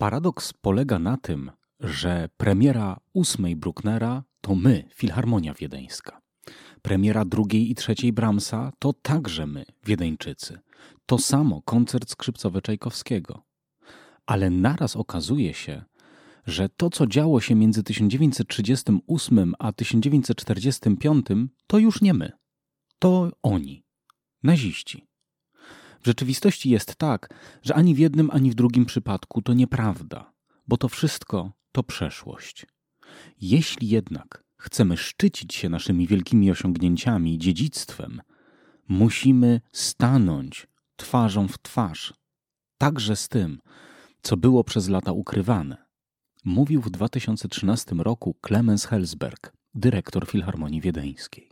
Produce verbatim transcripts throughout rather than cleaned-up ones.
Paradoks polega na tym, że premiera ósmej Brucknera to my, Filharmonia Wiedeńska. Premiera drugiej i trzeciej Brahmsa to także my, Wiedeńczycy. To samo koncert skrzypcowy Czajkowskiego. Ale naraz okazuje się, że to, co działo się między tysiąc dziewięćset trzydziestym ósmym a tysiąc dziewięćset czterdziestym piątym, to już nie my. To oni, naziści. W rzeczywistości jest tak, że ani w jednym, ani w drugim przypadku to nieprawda, bo to wszystko to przeszłość. Jeśli jednak chcemy szczycić się naszymi wielkimi osiągnięciami i dziedzictwem, musimy stanąć twarzą w twarz, także z tym, co było przez lata ukrywane. Mówił w dwa tysiące trzynastym roku Klemens Helsberg, dyrektor Filharmonii Wiedeńskiej.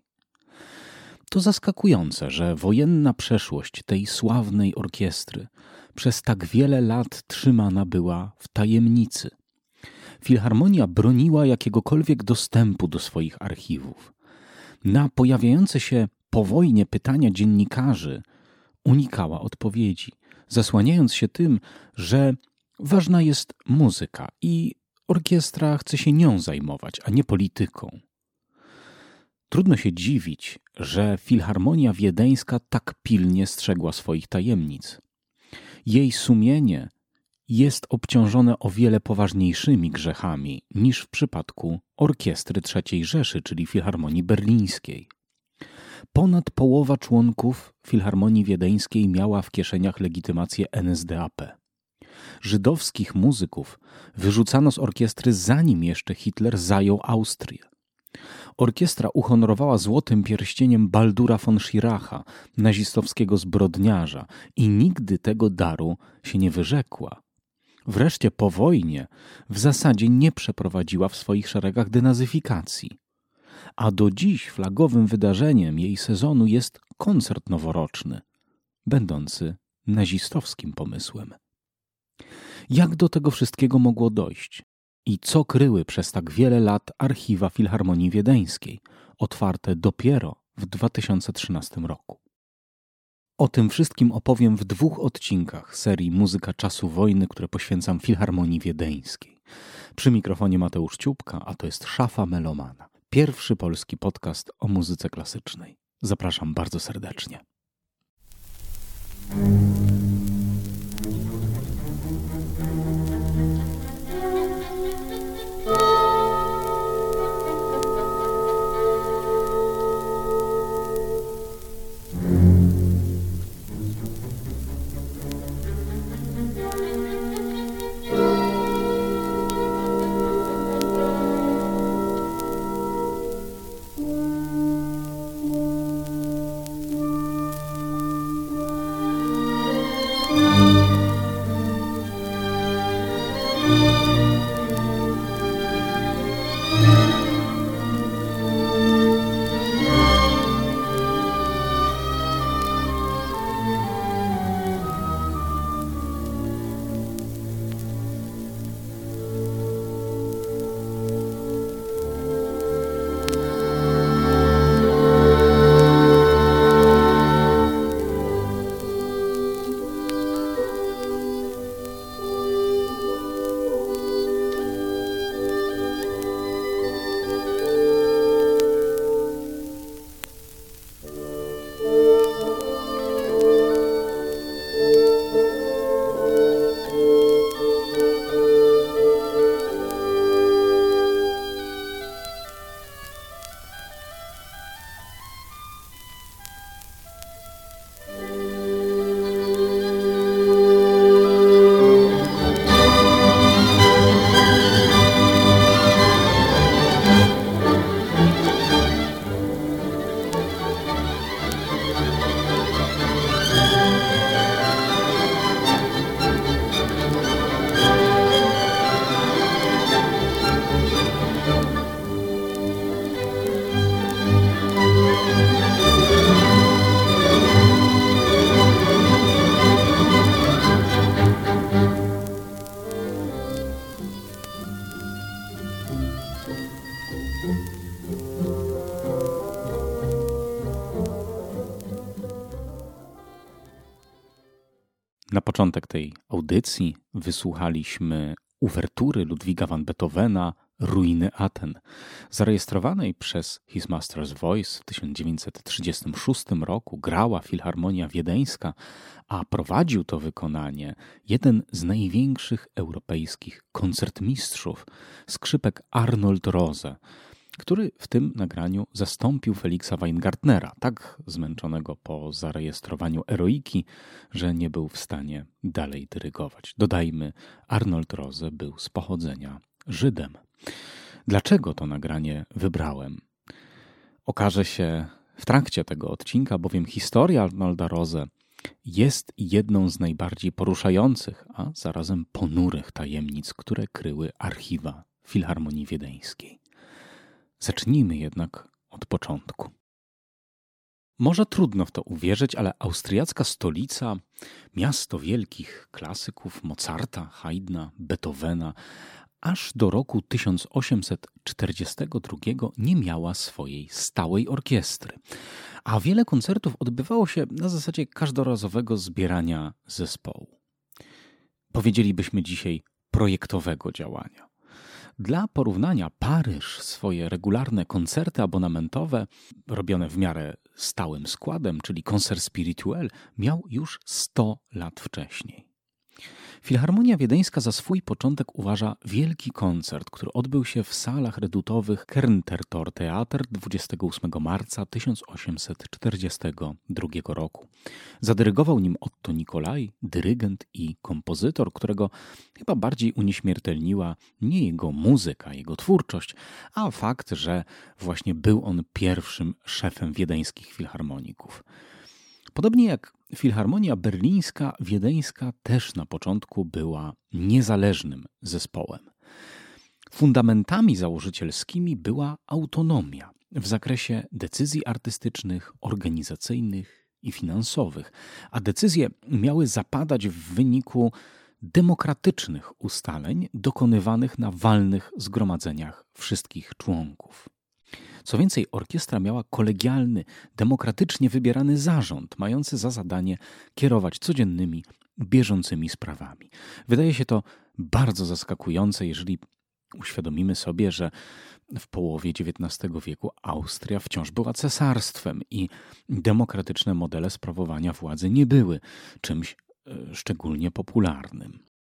To zaskakujące, że wojenna przeszłość tej sławnej orkiestry przez tak wiele lat trzymana była w tajemnicy. Filharmonia broniła jakiegokolwiek dostępu do swoich archiwów. Na pojawiające się po wojnie pytania dziennikarzy unikała odpowiedzi, zasłaniając się tym, że ważna jest muzyka i orkiestra chce się nią zajmować, a nie polityką. Trudno się dziwić, że Filharmonia Wiedeńska tak pilnie strzegła swoich tajemnic. Jej sumienie jest obciążone o wiele poważniejszymi grzechami niż w przypadku Orkiestry trzeciej Rzeszy, czyli Filharmonii Berlińskiej. Ponad połowa członków Filharmonii Wiedeńskiej miała w kieszeniach legitymację N S D A P. Żydowskich muzyków wyrzucano z orkiestry, zanim jeszcze Hitler zajął Austrię. Orkiestra uhonorowała złotym pierścieniem Baldura von Schiracha, nazistowskiego zbrodniarza, i nigdy tego daru się nie wyrzekła. Wreszcie po wojnie w zasadzie nie przeprowadziła w swoich szeregach denazyfikacji. A do dziś flagowym wydarzeniem jej sezonu jest koncert noworoczny, będący nazistowskim pomysłem. Jak do tego wszystkiego mogło dojść? I co kryły przez tak wiele lat archiwa Filharmonii Wiedeńskiej, otwarte dopiero w dwa tysiące trzynastym roku? O tym wszystkim opowiem w dwóch odcinkach serii Muzyka czasu wojny, które poświęcam Filharmonii Wiedeńskiej. Przy mikrofonie Mateusz Ciupka, a to jest Szafa Melomana. Pierwszy polski podcast o muzyce klasycznej. Zapraszam bardzo serdecznie. Na początek tej audycji wysłuchaliśmy uwertury Ludwiga van Beethovena Ruiny Aten, zarejestrowanej przez His Master's Voice w tysiąc dziewięćset trzydziestym szóstym roku. Grała Filharmonia Wiedeńska, a prowadził to wykonanie jeden z największych europejskich koncertmistrzów, skrzypek Arnold Rose, który w tym nagraniu zastąpił Felixa Weingartnera, tak zmęczonego po zarejestrowaniu Eroiki, że nie był w stanie dalej dyrygować. Dodajmy, Arnold Rose był z pochodzenia Żydem. Dlaczego to nagranie wybrałem? Okaże się w trakcie tego odcinka, bowiem historia Arnolda Rose jest jedną z najbardziej poruszających, a zarazem ponurych tajemnic, które kryły archiwa Filharmonii Wiedeńskiej. Zacznijmy jednak od początku. Może trudno w to uwierzyć, ale austriacka stolica, miasto wielkich klasyków Mozarta, Haydna, Beethovena, aż do roku tysiąc osiemset czterdziestego drugiego nie miała swojej stałej orkiestry, a wiele koncertów odbywało się na zasadzie każdorazowego zbierania zespołu. Powiedzielibyśmy dzisiaj projektowego działania. Dla porównania Paryż swoje regularne koncerty abonamentowe, robione w miarę stałym składem, czyli Concert Spirituel, miał już sto lat wcześniej. Filharmonia Wiedeńska za swój początek uważa wielki koncert, który odbył się w salach redutowych Kerntertor Theater dwudziestego ósmego marca tysiąc osiemset czterdziestego drugiego roku. Zadyrygował nim Otto Nicolai, dyrygent i kompozytor, którego chyba bardziej unieśmiertelniła nie jego muzyka, jego twórczość, a fakt, że właśnie był on pierwszym szefem wiedeńskich filharmoników. Podobnie jak Filharmonia Berlińska, Wiedeńska też na początku była niezależnym zespołem. Fundamentami założycielskimi była autonomia w zakresie decyzji artystycznych, organizacyjnych i finansowych, a decyzje miały zapadać w wyniku demokratycznych ustaleń dokonywanych na walnych zgromadzeniach wszystkich członków. Co więcej, orkiestra miała kolegialny, demokratycznie wybierany zarząd, mający za zadanie kierować codziennymi, bieżącymi sprawami. Wydaje się to bardzo zaskakujące, jeżeli uświadomimy sobie, że w połowie dziewiętnastego wieku Austria wciąż była cesarstwem i demokratyczne modele sprawowania władzy nie były czymś e, szczególnie popularnym.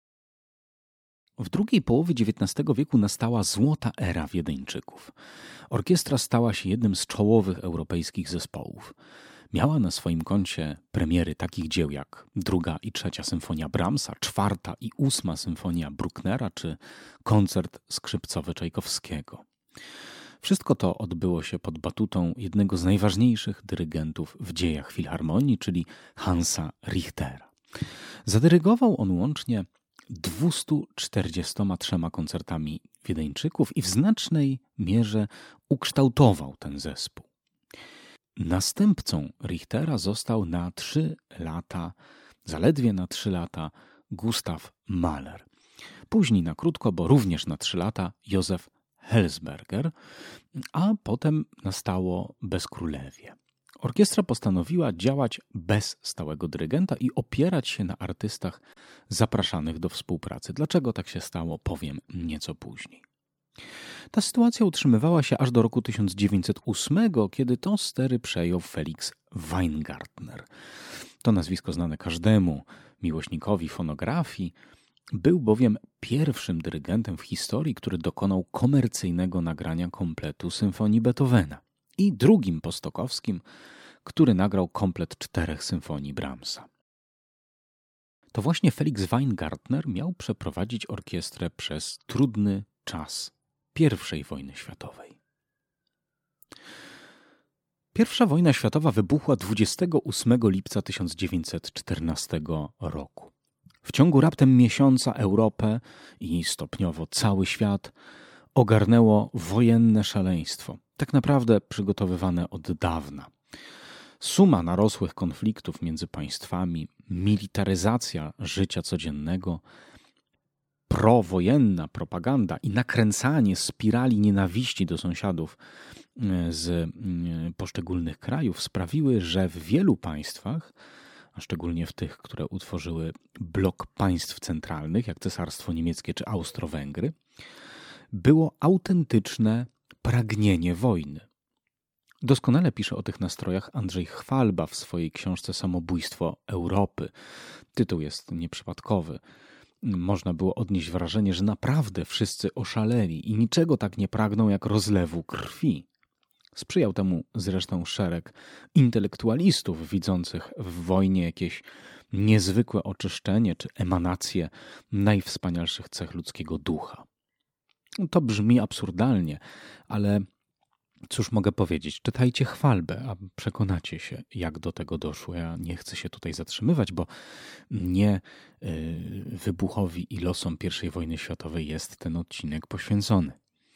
W drugiej połowie dziewiętnastego wieku nastała złota era Wiedeńczyków. Orkiestra stała się jednym z czołowych europejskich zespołów. Miała na swoim koncie premiery takich dzieł jak druga i trzecia symfonia Brahmsa, czwarta i ósma symfonia Brucknera czy koncert skrzypcowy Czajkowskiego. Wszystko to odbyło się pod batutą jednego z najważniejszych dyrygentów w dziejach filharmonii, czyli Hansa Richtera. Zadyrygował on łącznie dwieście czterdzieści trzy koncertami Wiedeńczyków i w znacznej mierze ukształtował ten zespół. Następcą Richtera został na trzy lata, zaledwie na trzy lata, Gustav Mahler. Później na krótko, bo również na trzy lata, Józef Helsberger, a potem nastało bezkrólewie. Orkiestra postanowiła działać bez stałego dyrygenta i opierać się na artystach zapraszanych do współpracy. Dlaczego tak się stało, powiem nieco później. Ta sytuacja utrzymywała się aż do roku tysiąc dziewięćset ósmego, kiedy to stery przejął Felix Weingartner. To nazwisko znane każdemu miłośnikowi fonografii. Był bowiem pierwszym dyrygentem w historii, który dokonał komercyjnego nagrania kompletu symfonii Beethovena i drugim po Stokowskim, który nagrał komplet czterech symfonii Brahmsa. To właśnie Felix Weingartner miał przeprowadzić orkiestrę przez trudny czas pierwszej wojny światowej. Pierwsza wojna światowa wybuchła dwudziestego ósmego lipca tysiąc dziewięćset czternastego roku. W ciągu raptem miesiąca Europę i stopniowo cały świat ogarnęło wojenne szaleństwo, tak naprawdę przygotowywane od dawna. Suma narosłych konfliktów między państwami, militaryzacja życia codziennego, prowojenna propaganda i nakręcanie spirali nienawiści do sąsiadów z poszczególnych krajów sprawiły, że w wielu państwach a szczególnie w tych, które utworzyły blok państw centralnych, jak Cesarstwo Niemieckie czy Austro-Węgry, było autentyczne pragnienie wojny. Doskonale pisze o tych nastrojach Andrzej Chwalba w swojej książce Samobójstwo Europy. Tytuł jest nieprzypadkowy. Można było odnieść wrażenie, że naprawdę wszyscy oszaleli i niczego tak nie pragną jak rozlewu krwi. Sprzyjał temu zresztą szereg intelektualistów widzących w wojnie jakieś niezwykłe oczyszczenie czy emanację najwspanialszych cech ludzkiego ducha. To brzmi absurdalnie, ale cóż mogę powiedzieć? Czytajcie Chwalbę, a przekonacie się, jak do tego doszło. Ja nie chcę się tutaj zatrzymywać, bo nie y, wybuchowi i losom pierwszej wojny światowej jest ten odcinek poświęcony.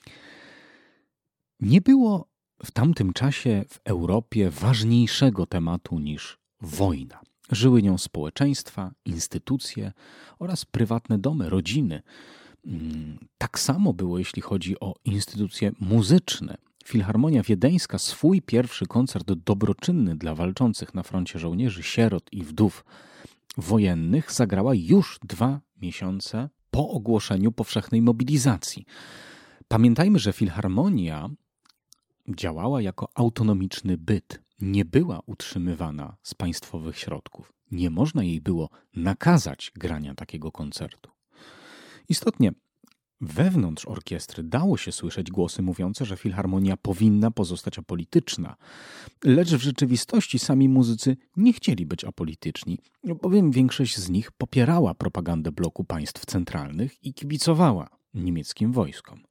Nie było w tamtym czasie w Europie ważniejszego tematu niż wojna. Żyły nią społeczeństwa, instytucje oraz prywatne domy, rodziny. Tak samo było, jeśli chodzi o instytucje muzyczne. Filharmonia Wiedeńska swój pierwszy koncert dobroczynny dla walczących na froncie żołnierzy, sierot i wdów wojennych zagrała już dwa miesiące po ogłoszeniu powszechnej mobilizacji. Pamiętajmy, że Filharmonia działała jako autonomiczny byt. Nie była utrzymywana z państwowych środków. Nie można jej było nakazać grania takiego koncertu. Istotnie, wewnątrz orkiestry dało się słyszeć głosy mówiące, że filharmonia powinna pozostać apolityczna, lecz w rzeczywistości sami muzycy nie chcieli być apolityczni, bowiem większość z nich popierała propagandę bloku państw centralnych i kibicowała niemieckim wojskom.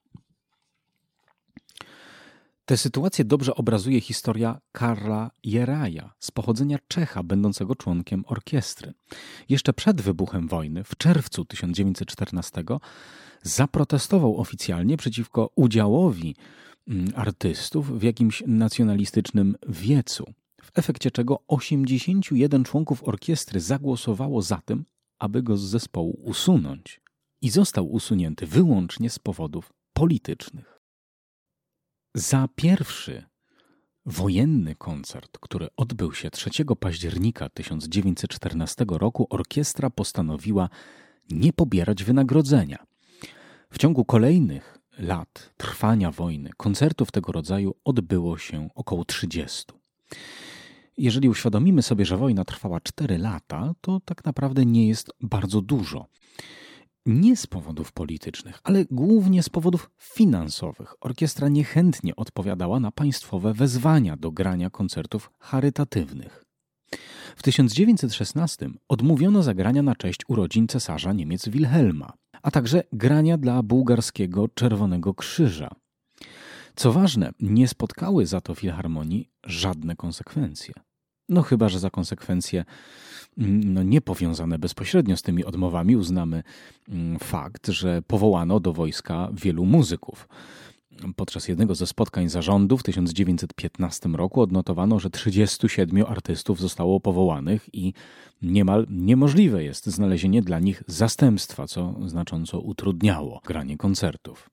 Tę sytuację dobrze obrazuje historia Karla Jeraja, z pochodzenia Czecha, będącego członkiem orkiestry. Jeszcze przed wybuchem wojny, w czerwcu tysiąc dziewięćset czternastego, zaprotestował oficjalnie przeciwko udziałowi artystów w jakimś nacjonalistycznym wiecu, w efekcie czego osiemdziesięciu jeden członków orkiestry zagłosowało za tym, aby go z zespołu usunąć. I został usunięty wyłącznie z powodów politycznych. Za pierwszy wojenny koncert, który odbył się trzeciego października tysiąc dziewięćset czternastego roku, orkiestra postanowiła nie pobierać wynagrodzenia. W ciągu kolejnych lat trwania wojny koncertów tego rodzaju odbyło się około trzydziestu. Jeżeli uświadomimy sobie, że wojna trwała cztery lata, to tak naprawdę nie jest bardzo dużo. Nie z powodów politycznych, ale głównie z powodów finansowych. Orkiestra niechętnie odpowiadała na państwowe wezwania do grania koncertów charytatywnych. W tysiąc dziewięćset szesnastym odmówiono zagrania na cześć urodzin cesarza Niemiec Wilhelma, a także grania dla bułgarskiego Czerwonego Krzyża. Co ważne, nie spotkały za to filharmonii żadne konsekwencje. No chyba że za konsekwencje no, nie powiązane bezpośrednio z tymi odmowami uznamy fakt, że powołano do wojska wielu muzyków. Podczas jednego ze spotkań zarządu w tysiąc dziewięćset piętnastym roku odnotowano, że trzydziestu siedmiu artystów zostało powołanych i niemal niemożliwe jest znalezienie dla nich zastępstwa, co znacząco utrudniało granie koncertów.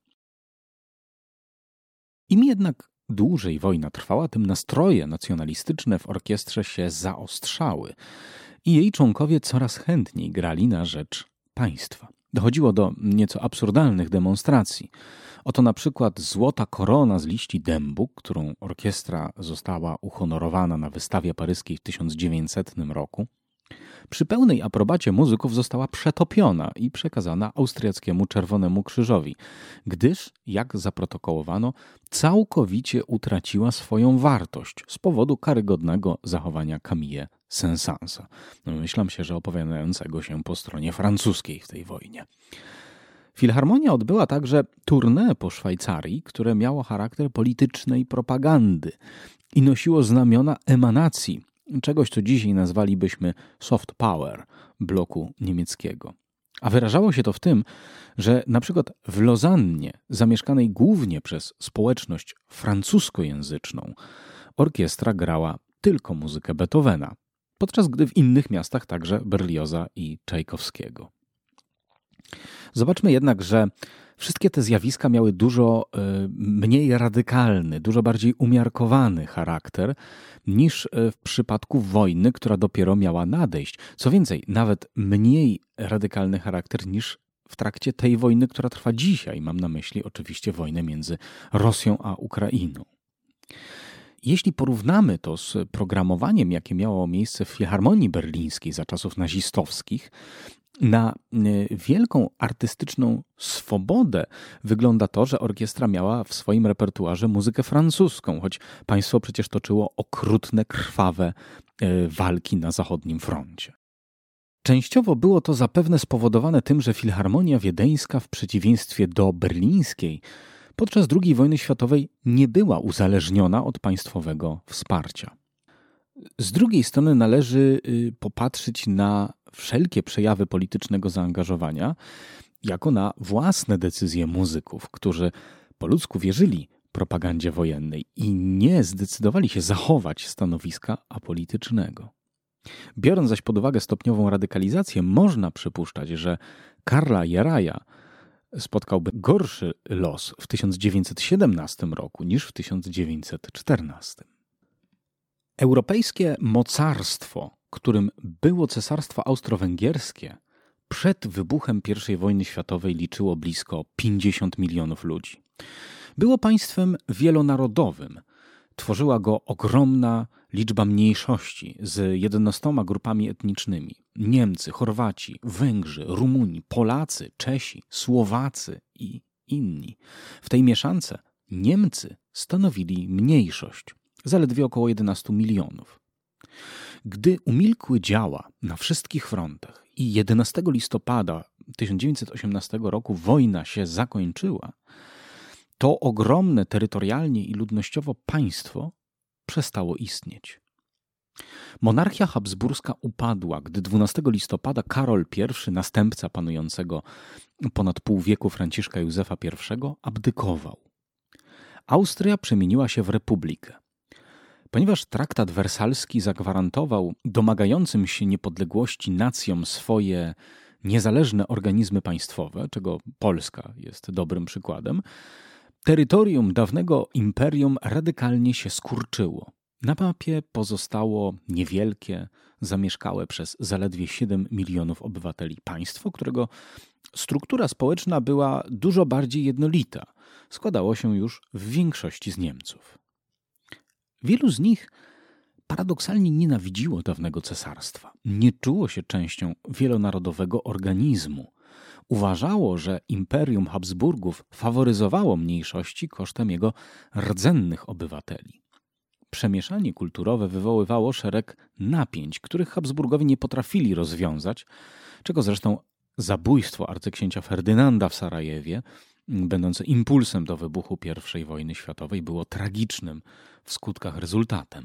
Im jednak dłużej wojna trwała, tym nastroje nacjonalistyczne w orkiestrze się zaostrzały i jej członkowie coraz chętniej grali na rzecz państwa. Dochodziło do nieco absurdalnych demonstracji. Oto na przykład złota korona z liści dębu, którą orkiestra została uhonorowana na wystawie paryskiej w tysiąc dziewięćsetnym roku, przy pełnej aprobacie muzyków została przetopiona i przekazana austriackiemu Czerwonemu Krzyżowi, gdyż, jak zaprotokołowano, całkowicie utraciła swoją wartość z powodu karygodnego zachowania Camille Saint-Saënsa. Myślam się, że opowiadającego się po stronie francuskiej w tej wojnie. Filharmonia odbyła także tournée po Szwajcarii, które miało charakter politycznej propagandy i nosiło znamiona emanacji czegoś, co dzisiaj nazwalibyśmy soft power bloku niemieckiego. A wyrażało się to w tym, że na przykład w Lozannie, zamieszkanej głównie przez społeczność francuskojęzyczną, orkiestra grała tylko muzykę Beethovena, podczas gdy w innych miastach także Berlioza i Czajkowskiego. Zobaczmy jednak, że Wszystkie te zjawiska miały dużo mniej radykalny, dużo bardziej umiarkowany charakter niż w przypadku wojny, która dopiero miała nadejść. Co więcej, nawet mniej radykalny charakter niż w trakcie tej wojny, która trwa dzisiaj. Mam na myśli oczywiście wojnę między Rosją a Ukrainą. Jeśli porównamy to z programowaniem, jakie miało miejsce w Filharmonii Berlińskiej za czasów nazistowskich, na wielką artystyczną swobodę wygląda to, że orkiestra miała w swoim repertuarze muzykę francuską, choć państwo przecież toczyło okrutne, krwawe walki na zachodnim froncie. Częściowo było to zapewne spowodowane tym, że Filharmonia Wiedeńska w przeciwieństwie do berlińskiej podczas drugiej wojny światowej nie była uzależniona od państwowego wsparcia. Z drugiej strony należy popatrzeć na wszelkie przejawy politycznego zaangażowania jako na własne decyzje muzyków, którzy po ludzku wierzyli propagandzie wojennej i nie zdecydowali się zachować stanowiska apolitycznego. Biorąc zaś pod uwagę stopniową radykalizację, można przypuszczać, że Karla Jaraja spotkałby gorszy los w tysiąc dziewięćset siedemnastym roku niż w tysiąc dziewięćset czternastym. Europejskie mocarstwo, którym było Cesarstwo Austro-Węgierskie, przed wybuchem pierwszej wojny światowej liczyło blisko pięćdziesiąt milionów ludzi. Było państwem wielonarodowym. Tworzyła go ogromna liczba mniejszości z jednostoma grupami etnicznymi. Niemcy, Chorwaci, Węgrzy, Rumuni, Polacy, Czesi, Słowacy i inni. W tej mieszance Niemcy stanowili mniejszość, zaledwie około jedenastu milionów. Gdy umilkły działa na wszystkich frontach i jedenastego listopada tysiąc dziewięćset osiemnastego roku wojna się zakończyła, to ogromne terytorialnie i ludnościowo państwo przestało istnieć. Monarchia habsburska upadła, gdy dwunastego listopada Karol I, następca panującego ponad pół wieku Franciszka Józefa I, abdykował. Austria przemieniła się w republikę. Ponieważ traktat wersalski zagwarantował domagającym się niepodległości nacjom swoje niezależne organizmy państwowe, czego Polska jest dobrym przykładem, terytorium dawnego imperium radykalnie się skurczyło. Na mapie pozostało niewielkie, zamieszkałe przez zaledwie siedem milionów obywateli państwo, którego struktura społeczna była dużo bardziej jednolita. Składało się już w większości z Niemców. Wielu z nich paradoksalnie nienawidziło dawnego cesarstwa. Nie czuło się częścią wielonarodowego organizmu. Uważało, że imperium Habsburgów faworyzowało mniejszości kosztem jego rdzennych obywateli. Przemieszanie kulturowe wywoływało szereg napięć, których Habsburgowie nie potrafili rozwiązać, czego zresztą zabójstwo arcyksięcia Ferdynanda w Sarajewie, będące impulsem do wybuchu pierwszej wojny światowej, było tragicznym w skutkach rezultatem.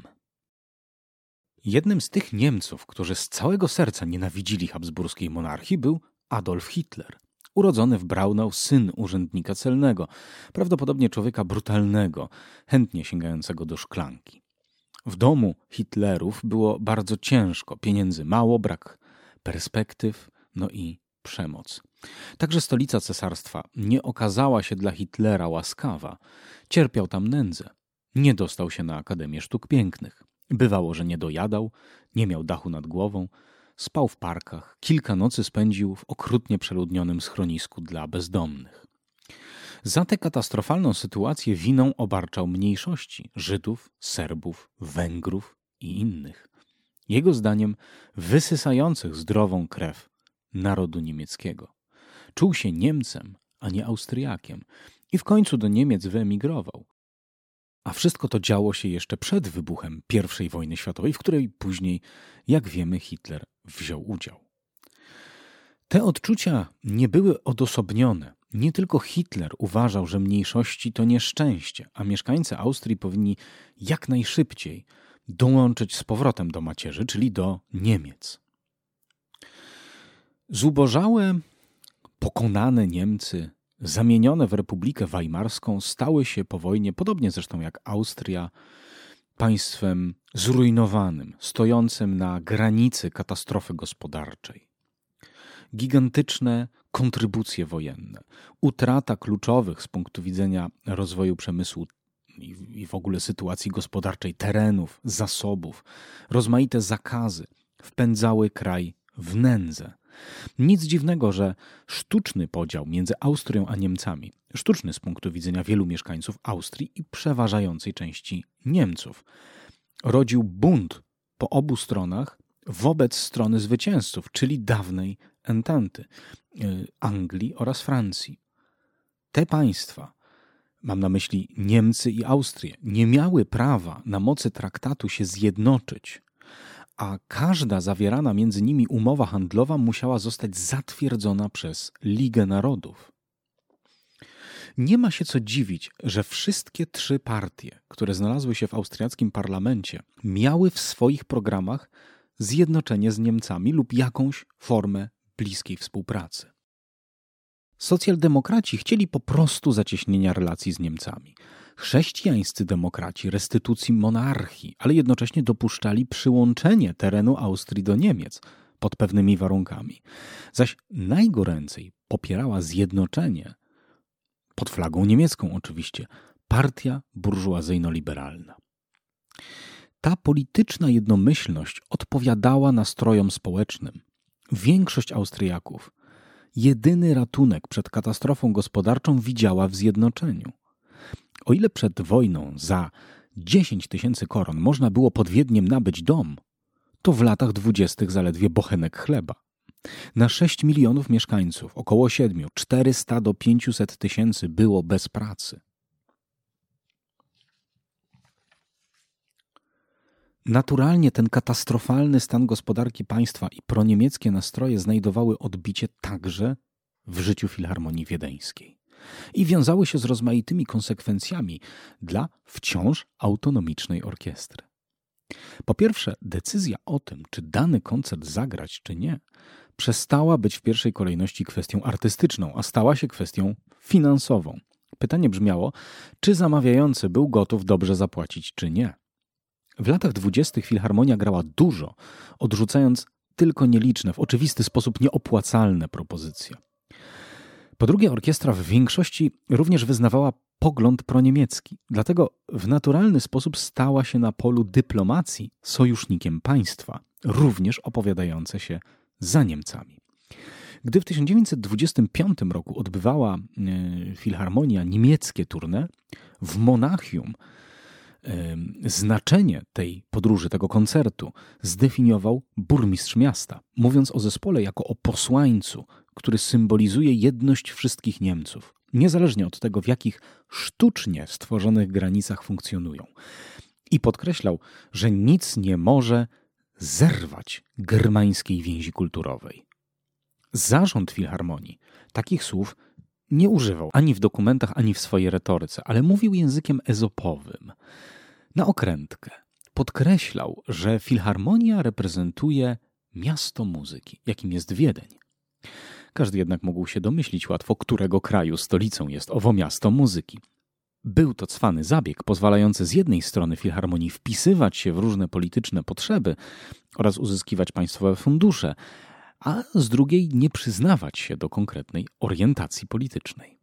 Jednym z tych Niemców, którzy z całego serca nienawidzili habsburskiej monarchii, był Adolf Hitler. Urodzony w Braunau, syn urzędnika celnego, prawdopodobnie człowieka brutalnego, chętnie sięgającego do szklanki. W domu Hitlerów było bardzo ciężko, pieniędzy mało, brak perspektyw, no i przemoc. Także stolica cesarstwa nie okazała się dla Hitlera łaskawa. Cierpiał tam nędzę. Nie dostał się na Akademię Sztuk Pięknych. Bywało, że nie dojadał, nie miał dachu nad głową, spał w parkach, kilka nocy spędził w okrutnie przeludnionym schronisku dla bezdomnych. Za tę katastrofalną sytuację winą obarczał mniejszości Żydów, Serbów, Węgrów i innych. Jego zdaniem wysysających zdrową krew narodu niemieckiego. Czuł się Niemcem, a nie Austriakiem i w końcu do Niemiec wyemigrował. A wszystko to działo się jeszcze przed wybuchem pierwszej wojny światowej, w której później, jak wiemy, Hitler wziął udział. Te odczucia nie były odosobnione. Nie tylko Hitler uważał, że mniejszości to nieszczęście, a mieszkańcy Austrii powinni jak najszybciej dołączyć z powrotem do macierzy, czyli do Niemiec. Zubożałe, pokonane Niemcy, zamienione w Republikę Weimarską, stały się po wojnie, podobnie zresztą jak Austria, państwem zrujnowanym, stojącym na granicy katastrofy gospodarczej. gigantyczne kontrybucje wojenne, utrata kluczowych z punktu widzenia rozwoju przemysłu i w ogóle sytuacji gospodarczej terenów, zasobów, rozmaite zakazy wpędzały kraj w nędzę. Nic dziwnego, że sztuczny podział między Austrią a Niemcami, sztuczny z punktu widzenia wielu mieszkańców Austrii i przeważającej części Niemców, rodził bunt po obu stronach wobec strony zwycięzców, czyli dawnej Ententy, Anglii oraz Francji. Te państwa, mam na myśli Niemcy i Austrię, nie miały prawa na mocy traktatu się zjednoczyć, a każda zawierana między nimi umowa handlowa musiała zostać zatwierdzona przez Ligę Narodów. Nie ma się co dziwić, że wszystkie trzy partie, które znalazły się w austriackim parlamencie, miały w swoich programach zjednoczenie z Niemcami lub jakąś formę bliskiej współpracy. Socjaldemokraci chcieli po prostu zacieśnienia relacji z Niemcami. Chrześcijańscy demokraci restytucji monarchii, ale jednocześnie dopuszczali przyłączenie terenu Austrii do Niemiec pod pewnymi warunkami. Zaś najgoręcej popierała zjednoczenie, pod flagą niemiecką oczywiście, partia burżuazyjno-liberalna. Ta polityczna jednomyślność odpowiadała nastrojom społecznym. Większość Austriaków jedyny ratunek przed katastrofą gospodarczą widziała w zjednoczeniu. O ile przed wojną za dziesięć tysięcy koron można było pod Wiedniem nabyć dom, to w latach dwudziestych zaledwie bochenek chleba. Na sześć milionów mieszkańców około siedmiu, czterysta do pięciuset tysięcy było bez pracy. Naturalnie ten katastrofalny stan gospodarki państwa i proniemieckie nastroje znajdowały odbicie także w życiu Filharmonii Wiedeńskiej i wiązały się z rozmaitymi konsekwencjami dla wciąż autonomicznej orkiestry. Po pierwsze, decyzja o tym, czy dany koncert zagrać, czy nie, przestała być w pierwszej kolejności kwestią artystyczną, a stała się kwestią finansową. Pytanie brzmiało, czy zamawiający był gotów dobrze zapłacić, czy nie. W latach dwudziestych Filharmonia grała dużo, odrzucając tylko nieliczne, w oczywisty sposób nieopłacalne propozycje. Po drugie, orkiestra w większości również wyznawała pogląd proniemiecki, dlatego w naturalny sposób stała się na polu dyplomacji sojusznikiem państwa, również opowiadające się za Niemcami. Gdy w tysiąc dziewięćset dwudziestym piątym roku odbywała e, Filharmonia niemieckie tournée, w Monachium e, znaczenie tej podróży, tego koncertu zdefiniował burmistrz miasta, mówiąc o zespole jako o posłańcu, który symbolizuje jedność wszystkich Niemców, niezależnie od tego, w jakich sztucznie stworzonych granicach funkcjonują. I podkreślał, że nic nie może zerwać germańskiej więzi kulturowej. Zarząd Filharmonii takich słów nie używał ani w dokumentach, ani w swojej retoryce, ale mówił językiem ezopowym. Na okrętkę podkreślał, że Filharmonia reprezentuje miasto muzyki, jakim jest Wiedeń. Każdy jednak mógł się domyślić łatwo, którego kraju stolicą jest owo miasto muzyki. Był to cwany zabieg pozwalający z jednej strony Filharmonii wpisywać się w różne polityczne potrzeby oraz uzyskiwać państwowe fundusze, a z drugiej nie przyznawać się do konkretnej orientacji politycznej.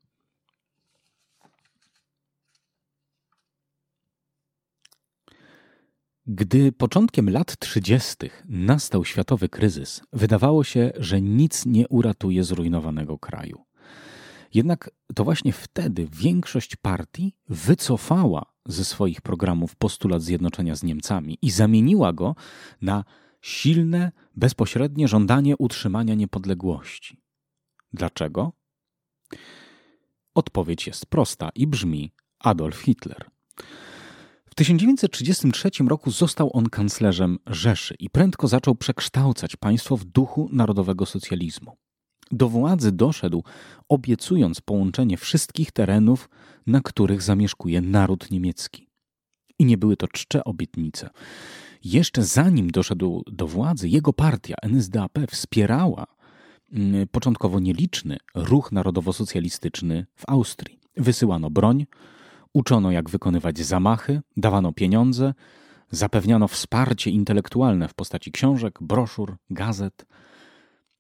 Gdy początkiem lat trzydziestych nastał światowy kryzys, wydawało się, że nic nie uratuje zrujnowanego kraju. Jednak to właśnie wtedy większość partii wycofała ze swoich programów postulat zjednoczenia z Niemcami i zamieniła go na silne, bezpośrednie żądanie utrzymania niepodległości. Dlaczego? Odpowiedź jest prosta i brzmi Adolf Hitler. W tysiąc dziewięćset trzydziestym trzecim roku został on kanclerzem Rzeszy i prędko zaczął przekształcać państwo w duchu narodowego socjalizmu. Do władzy doszedł, obiecując połączenie wszystkich terenów, na których zamieszkuje naród niemiecki. I nie były to czcze obietnice. Jeszcze zanim doszedł do władzy, jego partia N S D A P wspierała mm, początkowo nieliczny ruch narodowo-socjalistyczny w Austrii. Wysyłano broń, uczono jak wykonywać zamachy, dawano pieniądze, zapewniano wsparcie intelektualne w postaci książek, broszur, gazet.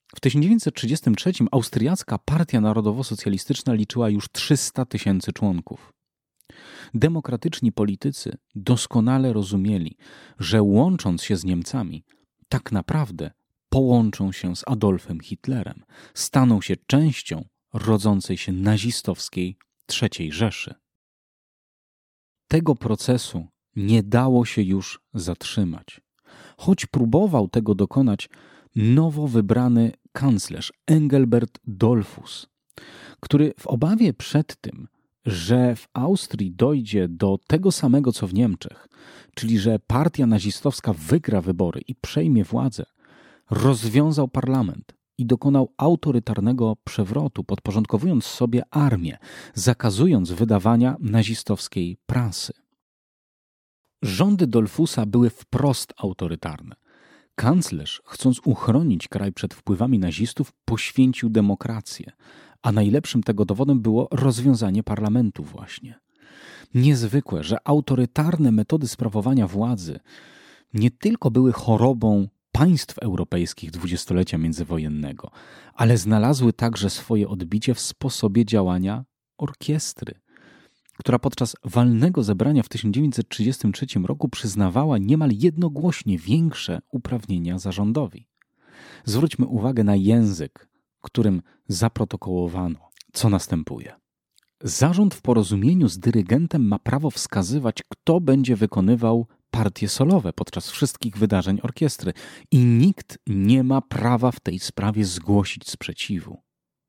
W tysiąc dziewięćset trzydziestym trzecim austriacka Partia Narodowo-Socjalistyczna liczyła już trzysta tysięcy członków. Demokratyczni politycy doskonale rozumieli, że łącząc się z Niemcami, tak naprawdę połączą się z Adolfem Hitlerem, staną się częścią rodzącej się nazistowskiej trzeciej Rzeszy. Tego procesu nie dało się już zatrzymać. Choć próbował tego dokonać nowo wybrany kanclerz Engelbert Dollfuss, który w obawie przed tym, że w Austrii dojdzie do tego samego co w Niemczech, czyli że partia nazistowska wygra wybory i przejmie władzę, rozwiązał parlament i dokonał autorytarnego przewrotu, podporządkowując sobie armię, zakazując wydawania nazistowskiej prasy. Rządy Dollfussa były wprost autorytarne. Kanclerz, chcąc uchronić kraj przed wpływami nazistów, poświęcił demokrację, a najlepszym tego dowodem było rozwiązanie parlamentu właśnie. Niezwykłe, że autorytarne metody sprawowania władzy nie tylko były chorobą państw europejskich dwudziestolecia międzywojennego, ale znalazły także swoje odbicie w sposobie działania orkiestry, która podczas walnego zebrania w tysiąc dziewięćset trzydziestym trzecim roku przyznawała niemal jednogłośnie większe uprawnienia zarządowi. Zwróćmy uwagę na język, którym zaprotokołowano, co następuje. Zarząd w porozumieniu z dyrygentem ma prawo wskazywać, kto będzie wykonywał partie solowe podczas wszystkich wydarzeń orkiestry i nikt nie ma prawa w tej sprawie zgłosić sprzeciwu.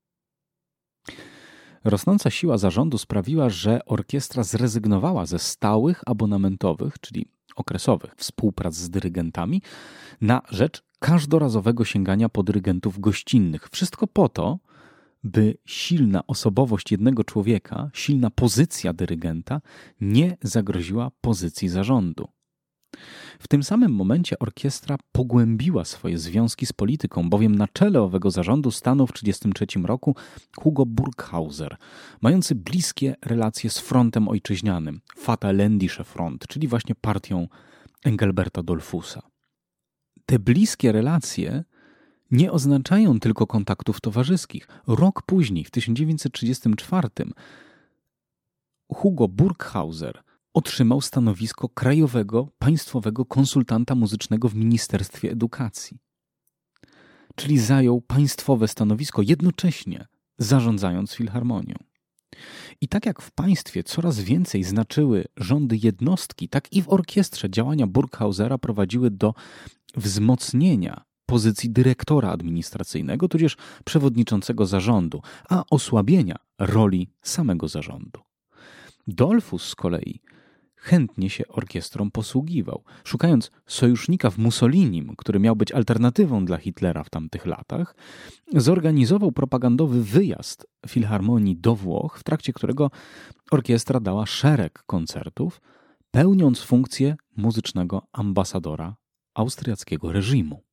Rosnąca siła zarządu sprawiła, że orkiestra zrezygnowała ze stałych, abonamentowych, czyli okresowych współprac z dyrygentami na rzecz każdorazowego sięgania po dyrygentów gościnnych. Wszystko po to, by silna osobowość jednego człowieka, silna pozycja dyrygenta nie zagroziła pozycji zarządu. W tym samym momencie orkiestra pogłębiła swoje związki z polityką, bowiem na czele owego zarządu stanął w tysiąc dziewięćset trzydziestym trzecim roku Hugo Burghauser, mający bliskie relacje z frontem ojczyźnianym, Vaterländische Front, czyli właśnie partią Engelberta Dollfussa. Te bliskie relacje nie oznaczają tylko kontaktów towarzyskich. Rok później, w tysiąc dziewięćset trzydziestym czwartym, Hugo Burghauser otrzymał stanowisko krajowego, państwowego konsultanta muzycznego w Ministerstwie Edukacji. Czyli zajął państwowe stanowisko, jednocześnie zarządzając filharmonią. I tak jak w państwie coraz więcej znaczyły rządy jednostki, tak i w orkiestrze działania Burghausera prowadziły do wzmocnienia pozycji dyrektora administracyjnego, tudzież przewodniczącego zarządu, a osłabienia roli samego zarządu. Dollfuss z kolei chętnie się orkiestrą posługiwał, szukając sojusznika w Mussolinim, który miał być alternatywą dla Hitlera w tamtych latach, zorganizował propagandowy wyjazd filharmonii do Włoch, w trakcie którego orkiestra dała szereg koncertów, pełniąc funkcję muzycznego ambasadora austriackiego reżimu.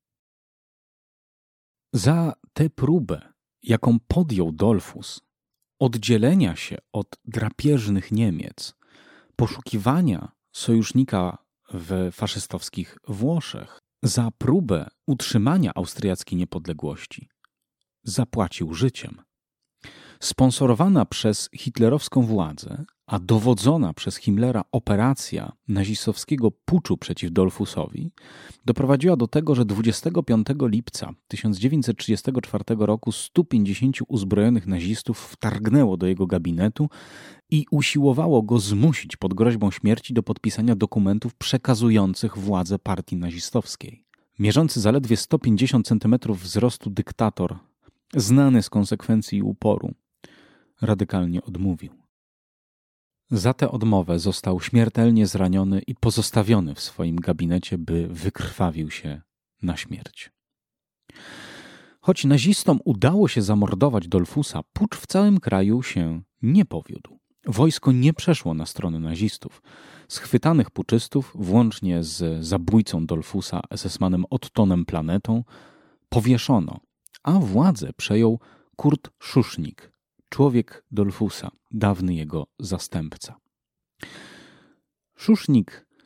Za tę próbę, jaką podjął Dollfuss, oddzielenia się od drapieżnych Niemiec, poszukiwania sojusznika w faszystowskich Włoszech, za próbę utrzymania austriackiej niepodległości, zapłacił życiem. Sponsorowana przez hitlerowską władzę, a dowodzona przez Himmlera operacja nazistowskiego puczu przeciw Dollfussowi doprowadziła do tego, że dwudziestego piątego lipca tysiąc dziewięćset trzydziestego czwartego roku stu pięćdziesięciu uzbrojonych nazistów wtargnęło do jego gabinetu i usiłowało go zmusić pod groźbą śmierci do podpisania dokumentów przekazujących władzę partii nazistowskiej. Mierzący zaledwie sto pięćdziesiąt centymetrów wzrostu dyktator, znany z konsekwencji uporu, radykalnie odmówił. Za tę odmowę został śmiertelnie zraniony i pozostawiony w swoim gabinecie, by wykrwawił się na śmierć. Choć nazistom udało się zamordować Dollfussa, pucz w całym kraju się nie powiódł. Wojsko nie przeszło na stronę nazistów. Schwytanych puczystów, włącznie z zabójcą Dollfussa, esesmanem Ottonem Planetą, powieszono, a władzę przejął Kurt Schuschnigg, człowiek Dollfussa, dawny jego zastępca. Schuschnigg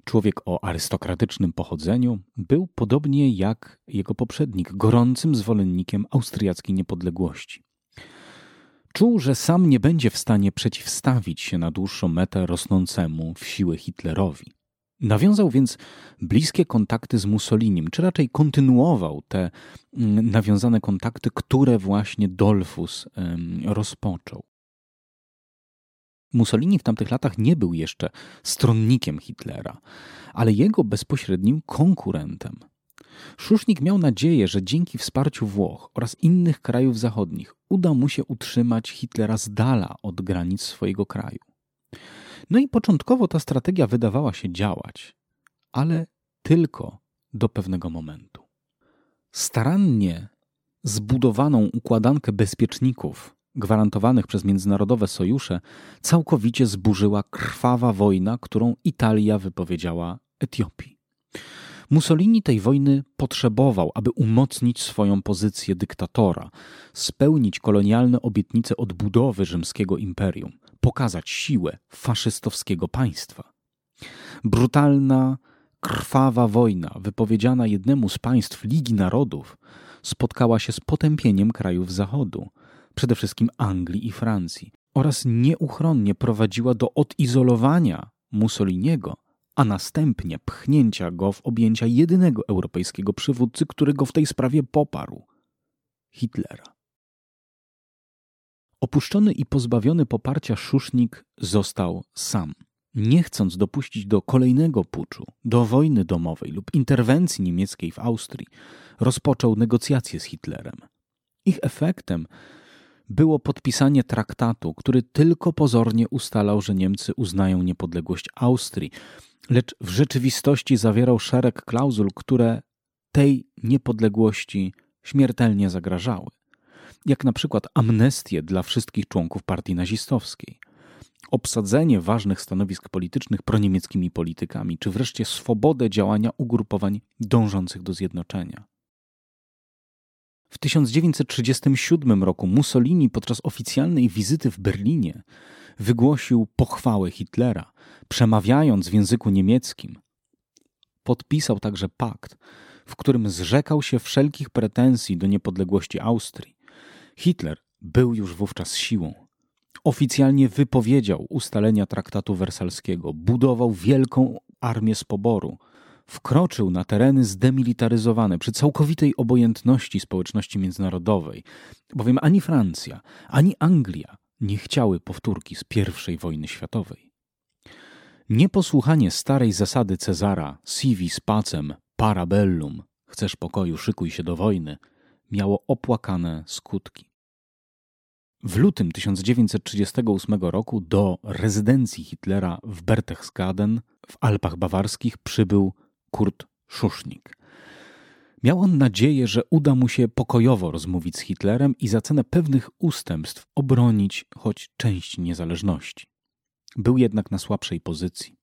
Człowiek o arystokratycznym pochodzeniu, był podobnie jak jego poprzednik gorącym zwolennikiem austriackiej niepodległości. Czuł, że sam nie będzie w stanie przeciwstawić się na dłuższą metę rosnącemu w siłę Hitlerowi. Nawiązał więc bliskie kontakty z Mussolinim, czy raczej kontynuował te nawiązane kontakty, które właśnie Dollfuss rozpoczął. Mussolini w tamtych latach nie był jeszcze stronnikiem Hitlera, ale jego bezpośrednim konkurentem. Szusznik miał nadzieję, że dzięki wsparciu Włoch oraz innych krajów zachodnich uda mu się utrzymać Hitlera z dala od granic swojego kraju. No i początkowo ta strategia wydawała się działać, ale tylko do pewnego momentu. Starannie zbudowaną układankę bezpieczników gwarantowanych przez międzynarodowe sojusze całkowicie zburzyła krwawa wojna, którą Italia wypowiedziała Etiopii. Mussolini tej wojny potrzebował, aby umocnić swoją pozycję dyktatora, spełnić kolonialne obietnice odbudowy rzymskiego imperium, pokazać siłę faszystowskiego państwa. Brutalna, krwawa wojna wypowiedziana jednemu z państw Ligi Narodów spotkała się z potępieniem krajów Zachodu, przede wszystkim Anglii i Francji, oraz nieuchronnie prowadziła do odizolowania Mussoliniego, a następnie pchnięcia go w objęcia jedynego europejskiego przywódcy, który go w tej sprawie poparł – Hitlera. Opuszczony i pozbawiony poparcia Szusznik został sam. Nie chcąc dopuścić do kolejnego puczu, do wojny domowej lub interwencji niemieckiej w Austrii, rozpoczął negocjacje z Hitlerem. Ich efektem było podpisanie traktatu, który tylko pozornie ustalał, że Niemcy uznają niepodległość Austrii, lecz w rzeczywistości zawierał szereg klauzul, które tej niepodległości śmiertelnie zagrażały. Jak na przykład amnestię dla wszystkich członków partii nazistowskiej, obsadzenie ważnych stanowisk politycznych proniemieckimi politykami, czy wreszcie swobodę działania ugrupowań dążących do zjednoczenia. W tysiąc dziewięćset trzydziestym siódmym roku Mussolini podczas oficjalnej wizyty w Berlinie wygłosił pochwałę Hitlera, przemawiając w języku niemieckim. Podpisał także pakt, w którym zrzekał się wszelkich pretensji do niepodległości Austrii. Hitler był już wówczas siłą. Oficjalnie wypowiedział ustalenia traktatu wersalskiego, budował wielką armię z poboru, wkroczył na tereny zdemilitaryzowane przy całkowitej obojętności społeczności międzynarodowej, bowiem ani Francja, ani Anglia nie chciały powtórki z pierwszej wojny światowej. Nieposłuchanie starej zasady Cezara si vis pacem, para bellum, chcesz pokoju, szykuj się do wojny, miało opłakane skutki. W lutym tysiąc dziewięćset trzydziestego ósmego roku do rezydencji Hitlera w Berchtesgaden w Alpach Bawarskich przybył Kurt Szusznik. Miał on nadzieję, że uda mu się pokojowo rozmówić z Hitlerem i za cenę pewnych ustępstw obronić choć część niezależności. Był jednak na słabszej pozycji.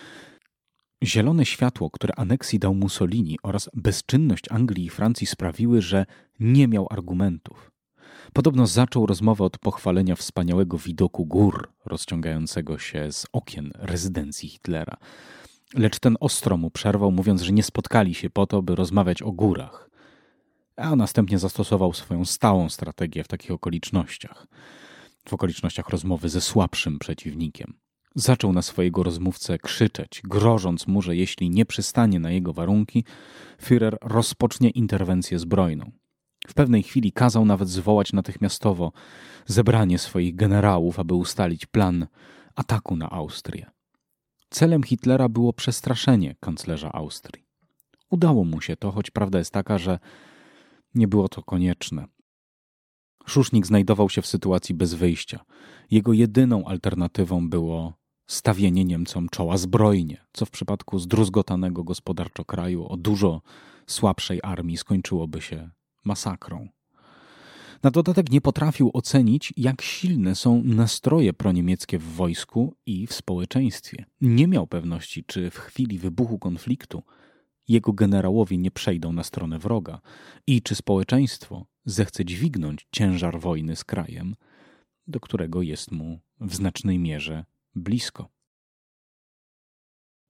Zielone światło, które aneksji dał Mussolini, oraz bezczynność Anglii i Francji sprawiły, że nie miał argumentów. Podobno zaczął rozmowę od pochwalenia wspaniałego widoku gór rozciągającego się z okien rezydencji Hitlera. Lecz ten ostro mu przerwał, mówiąc, że nie spotkali się po to, by rozmawiać o górach. A następnie zastosował swoją stałą strategię w takich okolicznościach. W okolicznościach rozmowy ze słabszym przeciwnikiem. Zaczął na swojego rozmówcę krzyczeć, grożąc mu, że jeśli nie przystanie na jego warunki, Führer rozpocznie interwencję zbrojną. W pewnej chwili kazał nawet zwołać natychmiastowo zebranie swoich generałów, aby ustalić plan ataku na Austrię. Celem Hitlera było przestraszenie kanclerza Austrii. Udało mu się to, choć prawda jest taka, że nie było to konieczne. Szusznik znajdował się w sytuacji bez wyjścia. Jego jedyną alternatywą było stawienie Niemcom czoła zbrojnie, co w przypadku zdruzgotanego gospodarczo kraju o dużo słabszej armii skończyłoby się masakrą. Na dodatek nie potrafił ocenić, jak silne są nastroje proniemieckie w wojsku i w społeczeństwie. Nie miał pewności, czy w chwili wybuchu konfliktu jego generałowie nie przejdą na stronę wroga i czy społeczeństwo zechce dźwignąć ciężar wojny z krajem, do którego jest mu w znacznej mierze blisko.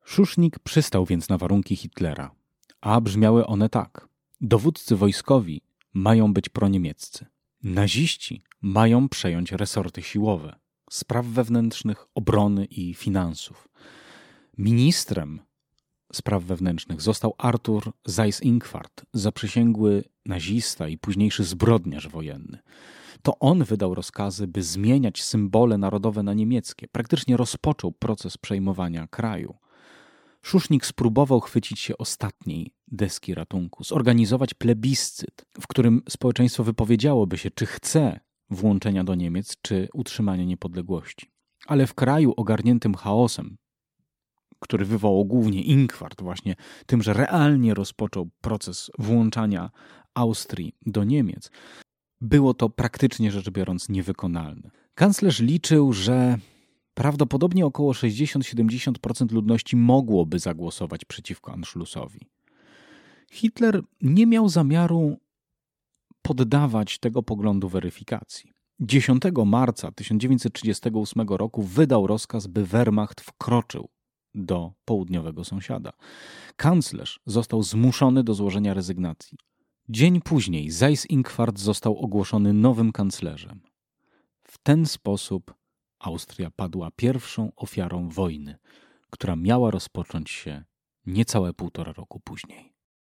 Szusznik przystał więc na warunki Hitlera, a brzmiały one tak. Dowódcy wojskowi mają być proniemieccy. Naziści mają przejąć resorty siłowe, spraw wewnętrznych, obrony i finansów. Ministrem spraw wewnętrznych został Arthur Seyss-Inquart, zaprzysięgły nazista i późniejszy zbrodniarz wojenny. To on wydał rozkazy, by zmieniać symbole narodowe na niemieckie. Praktycznie rozpoczął proces przejmowania kraju. Szusznik spróbował chwycić się ostatniej deski ratunku, zorganizować plebiscyt, w którym społeczeństwo wypowiedziałoby się, czy chce włączenia do Niemiec, czy utrzymania niepodległości. Ale w kraju ogarniętym chaosem, który wywołał głównie Inquart, właśnie tym, że realnie rozpoczął proces włączania Austrii do Niemiec, było to praktycznie rzecz biorąc niewykonalne. Kanclerz liczył, że prawdopodobnie około sześćdziesiąt do siedemdziesięciu procent ludności mogłoby zagłosować przeciwko Anschlussowi. Hitler nie miał zamiaru poddawać tego poglądu weryfikacji. dziesiątego marca tysiąc dziewięćset trzydziestego ósmego roku wydał rozkaz, by Wehrmacht wkroczył do południowego sąsiada. Kanclerz został zmuszony do złożenia rezygnacji. Dzień później Seyss-Inquart został ogłoszony nowym kanclerzem. W ten sposób Austria padła pierwszą ofiarą wojny, która miała rozpocząć się niecałe półtora roku później.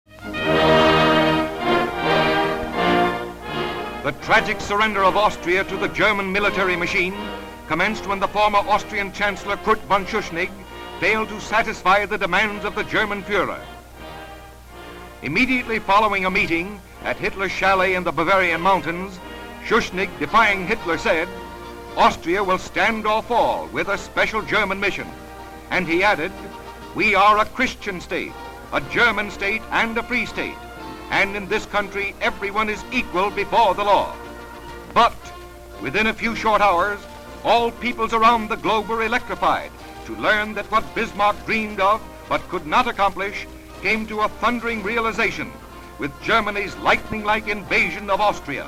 The tragic surrender of Austria to the German military machine commenced when the former Austrian Chancellor Kurt von Schuschnigg failed to satisfy the demands of the German Führer. Immediately following a meeting at Hitler's chalet in the Bavarian mountains, Schuschnigg, defying Hitler, said, "Austria will stand or fall with a special German mission." And he added, "We are a Christian state, a German state and a free state, and in this country everyone is equal before the law." But within a few short hours, all peoples around the globe were electrified to learn that what Bismarck dreamed of but could not accomplish came to a thundering realization with Germany's lightning-like invasion of Austria.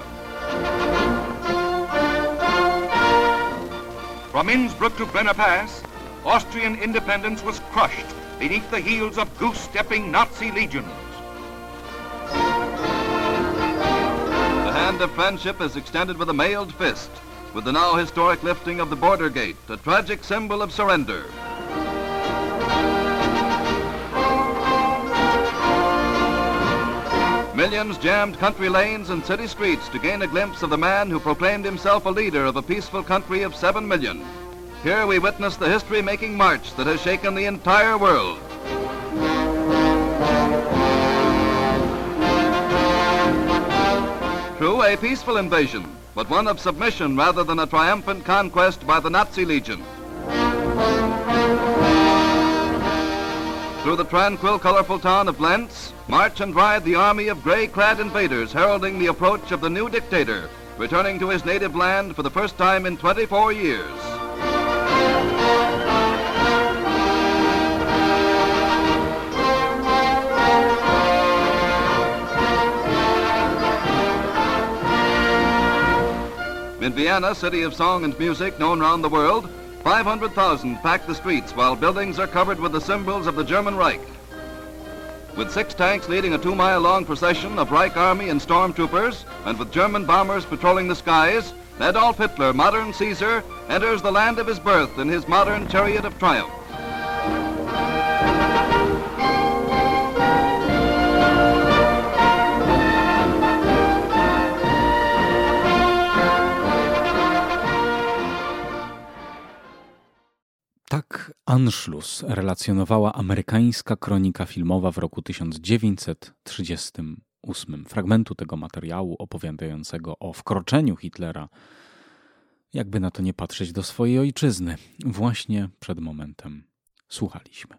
From Innsbruck to Brenner Pass, Austrian independence was crushed beneath the heels of goose-stepping Nazi legions. The hand of friendship is extended with a mailed fist, with the now historic lifting of the border gate, a tragic symbol of surrender. Millions jammed country lanes and city streets to gain a glimpse of the man who proclaimed himself a leader of a peaceful country of seven million. Here we witness the history-making march that has shaken the entire world. True, a peaceful invasion, but one of submission rather than a triumphant conquest by the Nazi Legion. Through the tranquil, colorful town of Lentz, march and ride the army of gray-clad invaders heralding the approach of the new dictator, returning to his native land for the first time in twenty-four years. In Vienna, city of song and music known round the world, five hundred thousand pack the streets while buildings are covered with the symbols of the German Reich. With six tanks leading a two-mile-long procession of Reich Army and stormtroopers, and with German bombers patrolling the skies, Adolf Hitler, modern Caesar, enters the land of his birth in his modern chariot of triumph. Tak Anschluss relacjonowała amerykańska kronika filmowa w roku tysiąc dziewięćset trzydziestym ósmym. Fragmentu tego materiału opowiadającego o wkroczeniu Hitlera, jakby na to nie patrzeć, do swojej ojczyzny, właśnie przed momentem słuchaliśmy.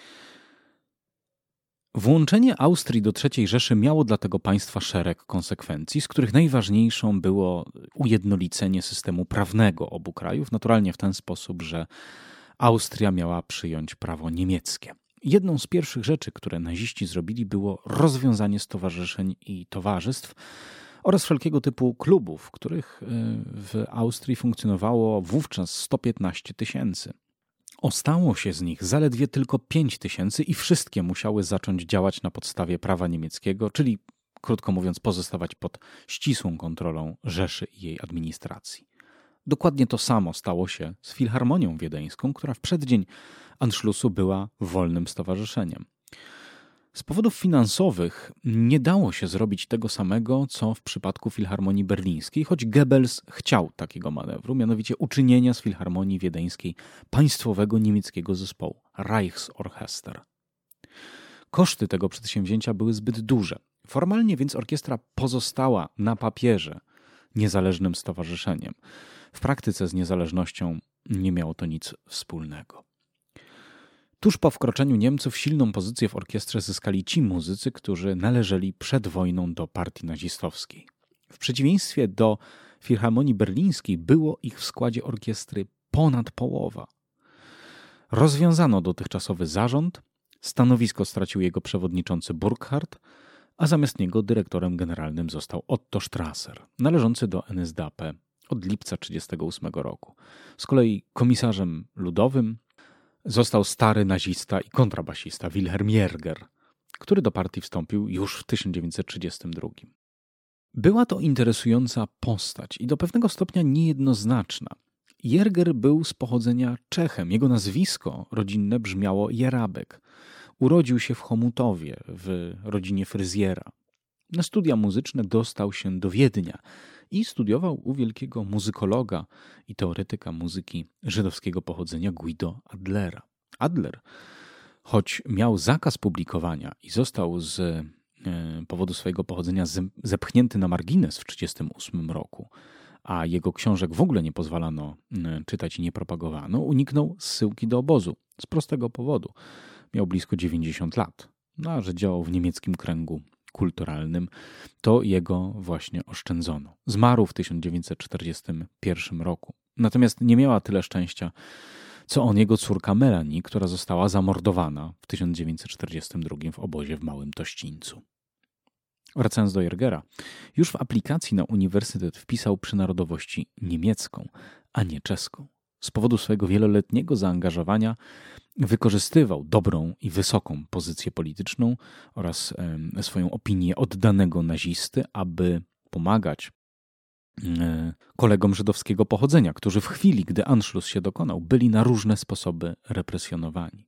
Włączenie Austrii do trzeciej Rzeszy miało dla tego państwa szereg konsekwencji, z których najważniejszą było ujednolicenie systemu prawnego obu krajów, naturalnie w ten sposób, że Austria miała przyjąć prawo niemieckie. Jedną z pierwszych rzeczy, które naziści zrobili, było rozwiązanie stowarzyszeń i towarzystw oraz wszelkiego typu klubów, których w Austrii funkcjonowało wówczas sto piętnaście tysięcy. Ostało się z nich zaledwie tylko pięć tysięcy i wszystkie musiały zacząć działać na podstawie prawa niemieckiego, czyli krótko mówiąc pozostawać pod ścisłą kontrolą Rzeszy i jej administracji. Dokładnie to samo stało się z Filharmonią Wiedeńską, która w przeddzień Anschlussu była wolnym stowarzyszeniem. Z powodów finansowych nie dało się zrobić tego samego, co w przypadku Filharmonii Berlińskiej, choć Goebbels chciał takiego manewru, mianowicie uczynienia z Filharmonii Wiedeńskiej państwowego niemieckiego zespołu Reichsorchester. Koszty tego przedsięwzięcia były zbyt duże. Formalnie więc orkiestra pozostała na papierze niezależnym stowarzyszeniem. W praktyce z niezależnością nie miało to nic wspólnego. Tuż po wkroczeniu Niemców silną pozycję w orkiestrze zyskali ci muzycy, którzy należeli przed wojną do partii nazistowskiej. W przeciwieństwie do Filharmonii Berlińskiej było ich w składzie orkiestry ponad połowa. Rozwiązano dotychczasowy zarząd, stanowisko stracił jego przewodniczący Burkhardt, a zamiast niego dyrektorem generalnym został Otto Strasser, należący do N S D A P od lipca tysiąc dziewięćset trzydziestego ósmego roku. Z kolei komisarzem ludowym został stary nazista i kontrabasista Wilhelm Jäger, który do partii wstąpił już w tysiąc dziewięćset trzydziestym drugim. Była to interesująca postać i do pewnego stopnia niejednoznaczna. Jäger był z pochodzenia Czechem. Jego nazwisko rodzinne brzmiało Jerabek. Urodził się w Chomutowie, w rodzinie fryzjera. Na studia muzyczne dostał się do Wiednia i studiował u wielkiego muzykologa i teoretyka muzyki żydowskiego pochodzenia Guido Adlera. Adler, choć miał zakaz publikowania i został z e, powodu swojego pochodzenia zepchnięty na margines w tysiąc dziewięćset trzydziestym ósmym roku, a jego książek w ogóle nie pozwalano e, czytać i nie propagowano, uniknął zsyłki do obozu z prostego powodu. Miał blisko dziewięćdziesiąt lat, no, a że działał w niemieckim kręgu kulturalnym, to jego właśnie oszczędzono. Zmarł w tysiąc dziewięćset czterdziestym pierwszym roku. Natomiast nie miała tyle szczęścia, co on jego córka Melanie, która została zamordowana w tysiąc dziewięćset czterdziestym drugim w obozie w Małym Tościńcu. Wracając do Jägera, już w aplikacji na uniwersytet wpisał przynarodowości niemiecką, a nie czeską. Z powodu swojego wieloletniego zaangażowania wykorzystywał dobrą i wysoką pozycję polityczną oraz e, swoją opinię oddanego nazisty, aby pomagać e, kolegom żydowskiego pochodzenia, którzy w chwili, gdy Anschluss się dokonał, byli na różne sposoby represjonowani.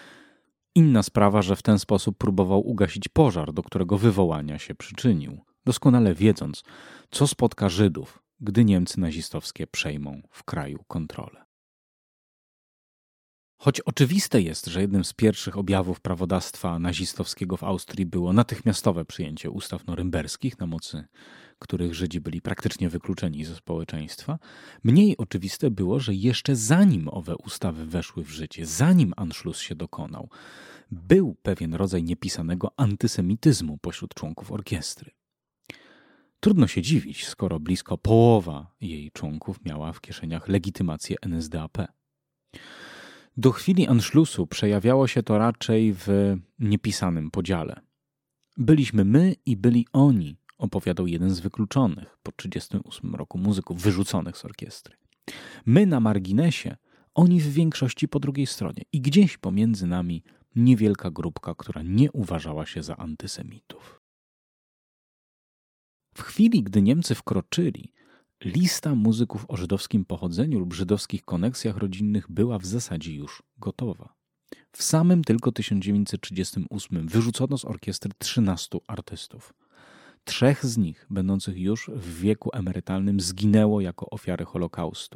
Inna sprawa, że w ten sposób próbował ugasić pożar, do którego wywołania się przyczynił, doskonale wiedząc, co spotka Żydów, gdy Niemcy nazistowskie przejmą w kraju kontrolę. Choć oczywiste jest, że jednym z pierwszych objawów prawodawstwa nazistowskiego w Austrii było natychmiastowe przyjęcie ustaw norymberskich, na mocy których Żydzi byli praktycznie wykluczeni ze społeczeństwa, mniej oczywiste było, że jeszcze zanim owe ustawy weszły w życie, zanim Anschluss się dokonał, był pewien rodzaj niepisanego antysemityzmu pośród członków orkiestry. Trudno się dziwić, skoro blisko połowa jej członków miała w kieszeniach legitymację N S D A P. Do chwili Anschlussu przejawiało się to raczej w niepisanym podziale. Byliśmy my i byli oni, opowiadał jeden z wykluczonych po tysiąc dziewięćset trzydziestym ósmym roku muzyków wyrzuconych z orkiestry. My na marginesie, oni w większości po drugiej stronie i gdzieś pomiędzy nami niewielka grupka, która nie uważała się za antysemitów. W chwili, gdy Niemcy wkroczyli, lista muzyków o żydowskim pochodzeniu lub żydowskich koneksjach rodzinnych była w zasadzie już gotowa. W samym tylko tysiąc dziewięćset trzydziestym ósmym wyrzucono z orkiestry trzynastu artystów. Trzech z nich, będących już w wieku emerytalnym, zginęło jako ofiary Holokaustu.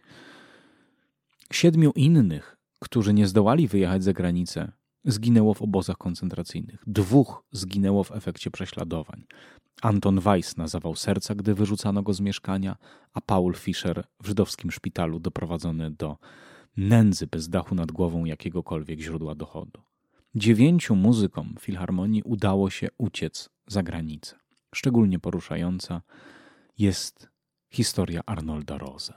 Siedmiu innych, którzy nie zdołali wyjechać za granicę, zginęło w obozach koncentracyjnych. Dwóch zginęło w efekcie prześladowań. Anton Weiss na zawał serca, gdy wyrzucano go z mieszkania, a Paul Fischer w żydowskim szpitalu doprowadzony do nędzy bez dachu nad głową jakiegokolwiek źródła dochodu. Dziewięciu muzykom filharmonii udało się uciec za granicę. Szczególnie poruszająca jest historia Arnolda Rose.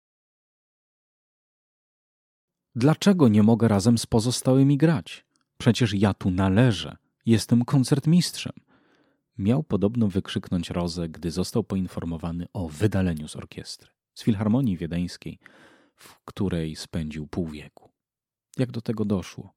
Dlaczego nie mogę razem z pozostałymi grać? Przecież ja tu należę. Jestem koncertmistrzem. Miał podobno wykrzyknąć Rose, gdy został poinformowany o wydaleniu z orkiestry, z Filharmonii Wiedeńskiej, w której spędził pół wieku. jak do tego doszło.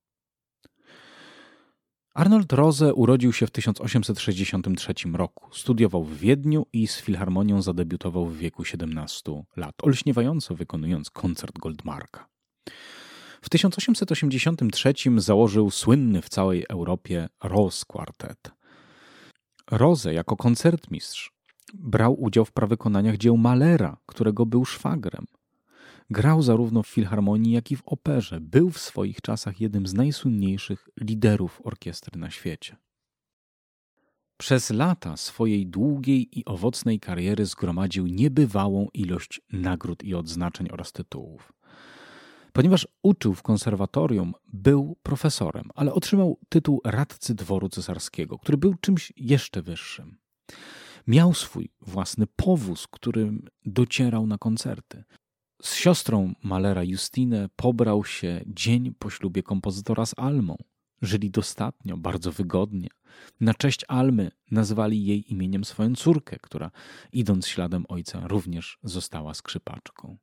Arnold Rose urodził się w tysiąc osiemset sześćdziesiątym trzecim roku. Studiował w Wiedniu i z filharmonią zadebiutował w wieku siedemnastu lat, olśniewająco wykonując koncert Goldmarka. W tysiąc osiemset osiemdziesiątym trzecim założył słynny w całej Europie Rose Quartet. Rose jako koncertmistrz brał udział w prawykonaniach dzieł Mahlera, którego był szwagrem. Grał zarówno w filharmonii, jak i w operze. Był w swoich czasach jednym z najsłynniejszych liderów orkiestry na świecie. Przez lata swojej długiej i owocnej kariery zgromadził niebywałą ilość nagród i odznaczeń oraz tytułów. Ponieważ uczył w konserwatorium, był profesorem, ale otrzymał tytuł radcy dworu cesarskiego, który był czymś jeszcze wyższym. Miał swój własny powóz, którym docierał na koncerty. Z siostrą Mahlera Justine pobrał się dzień po ślubie kompozytora z Almą. Żyli dostatnio, bardzo wygodnie. Na cześć Almy nazwali jej imieniem swoją córkę, która idąc śladem ojca również została skrzypaczką.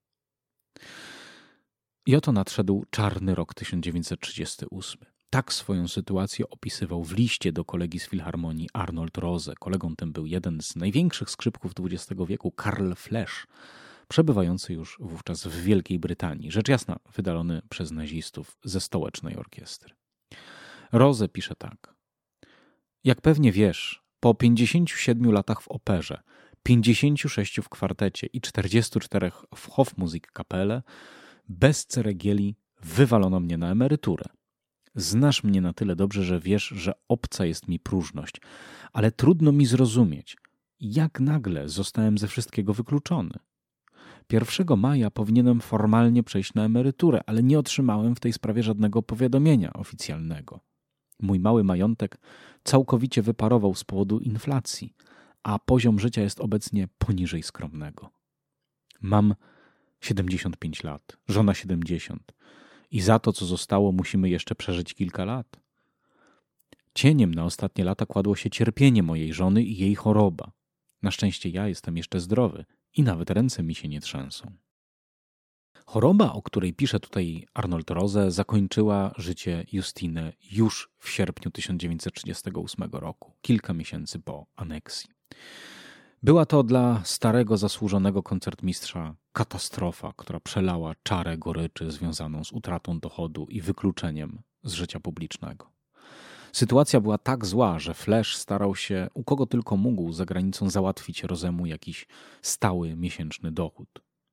I oto nadszedł czarny rok tysiąc dziewięćset trzydziesty ósmy. Tak swoją sytuację opisywał w liście do kolegi z Filharmonii Arnold Rose. Kolegą tym był jeden z największych skrzypków dwudziestego wieku, Karl Flesch, przebywający już wówczas w Wielkiej Brytanii, rzecz jasna wydalony przez nazistów ze stołecznej orkiestry. Rose pisze tak. Jak pewnie wiesz, po pięćdziesięciu siedmiu latach w operze, pięćdziesięciu sześciu w kwartecie i czterdziestu czterech w Hofmusikkapelle bez ceregieli wywalono mnie na emeryturę. Znasz mnie na tyle dobrze, że wiesz, że obca jest mi próżność, ale trudno mi zrozumieć, jak nagle zostałem ze wszystkiego wykluczony. pierwszego maja powinienem formalnie przejść na emeryturę, ale nie otrzymałem w tej sprawie żadnego powiadomienia oficjalnego. Mój mały majątek całkowicie wyparował z powodu inflacji, a poziom życia jest obecnie poniżej skromnego. Mam siedemdziesiąt pięć lat, żona siedemdziesiąt i za to, co zostało, musimy jeszcze przeżyć kilka lat. Cieniem na ostatnie lata kładło się cierpienie mojej żony i jej choroba. Na szczęście ja jestem jeszcze zdrowy i nawet ręce mi się nie trzęsą. Choroba, o której pisze tutaj Arnold Rose, zakończyła życie Justiny już w sierpniu tysiąc dziewięćset trzydziestego ósmego roku, kilka miesięcy po aneksji. Była to dla starego, zasłużonego koncertmistrza katastrofa, która przelała czarę goryczy związaną z utratą dochodu i wykluczeniem z życia publicznego. Sytuacja była tak zła, że Flesch starał się u kogo tylko mógł za granicą załatwić Rosemu jakiś stały miesięczny dochód.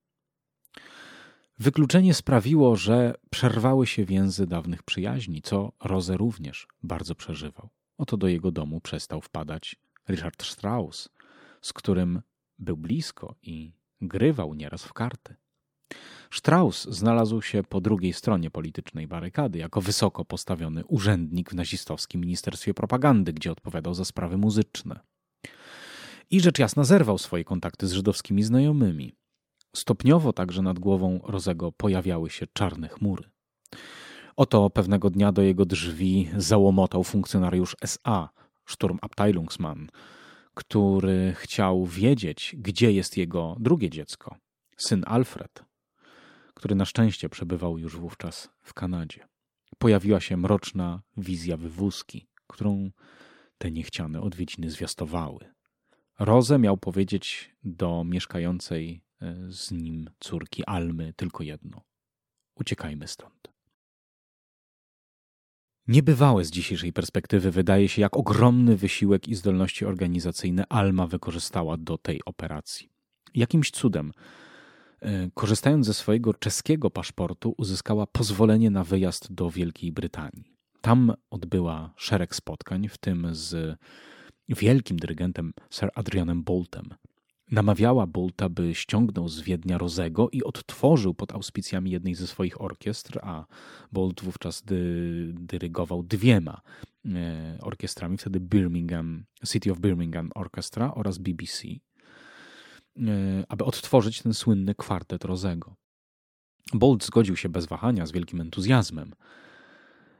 Wykluczenie sprawiło, że przerwały się więzy dawnych przyjaźni, co Rose również bardzo przeżywał. Oto do jego domu przestał wpadać Richard Strauss, z którym był blisko i grywał nieraz w karty. Strauss znalazł się po drugiej stronie politycznej barykady jako wysoko postawiony urzędnik w nazistowskim Ministerstwie Propagandy, gdzie odpowiadał za sprawy muzyczne. I rzecz jasna zerwał swoje kontakty z żydowskimi znajomymi. Stopniowo także nad głową Rosego pojawiały się czarne chmury. Oto pewnego dnia do jego drzwi załomotał funkcjonariusz S A, Sturmabteilungsmann, który chciał wiedzieć, gdzie jest jego drugie dziecko, syn Alfred, który na szczęście przebywał już wówczas w Kanadzie. Pojawiła się mroczna wizja wywózki, którą te niechciane odwiedziny zwiastowały. Rose miał powiedzieć do mieszkającej z nim córki Almy tylko jedno: uciekajmy stąd. Niebywałe z dzisiejszej perspektywy wydaje się, jak ogromny wysiłek i zdolności organizacyjne Alma wykorzystała do tej operacji. Jakimś cudem, korzystając ze swojego czeskiego paszportu, uzyskała pozwolenie na wyjazd do Wielkiej Brytanii. Tam odbyła szereg spotkań, w tym z wielkim dyrygentem Sir Adrianem Boltem. Namawiała Bolta, by ściągnął z Wiednia Rosego i odtworzył pod auspicjami jednej ze swoich orkiestr, a Bolt wówczas dy, dyrygował dwiema e, orkiestrami, wtedy Birmingham, City of Birmingham Orchestra oraz B B C, e, aby odtworzyć ten słynny kwartet Rosego. Bolt zgodził się bez wahania, z wielkim entuzjazmem.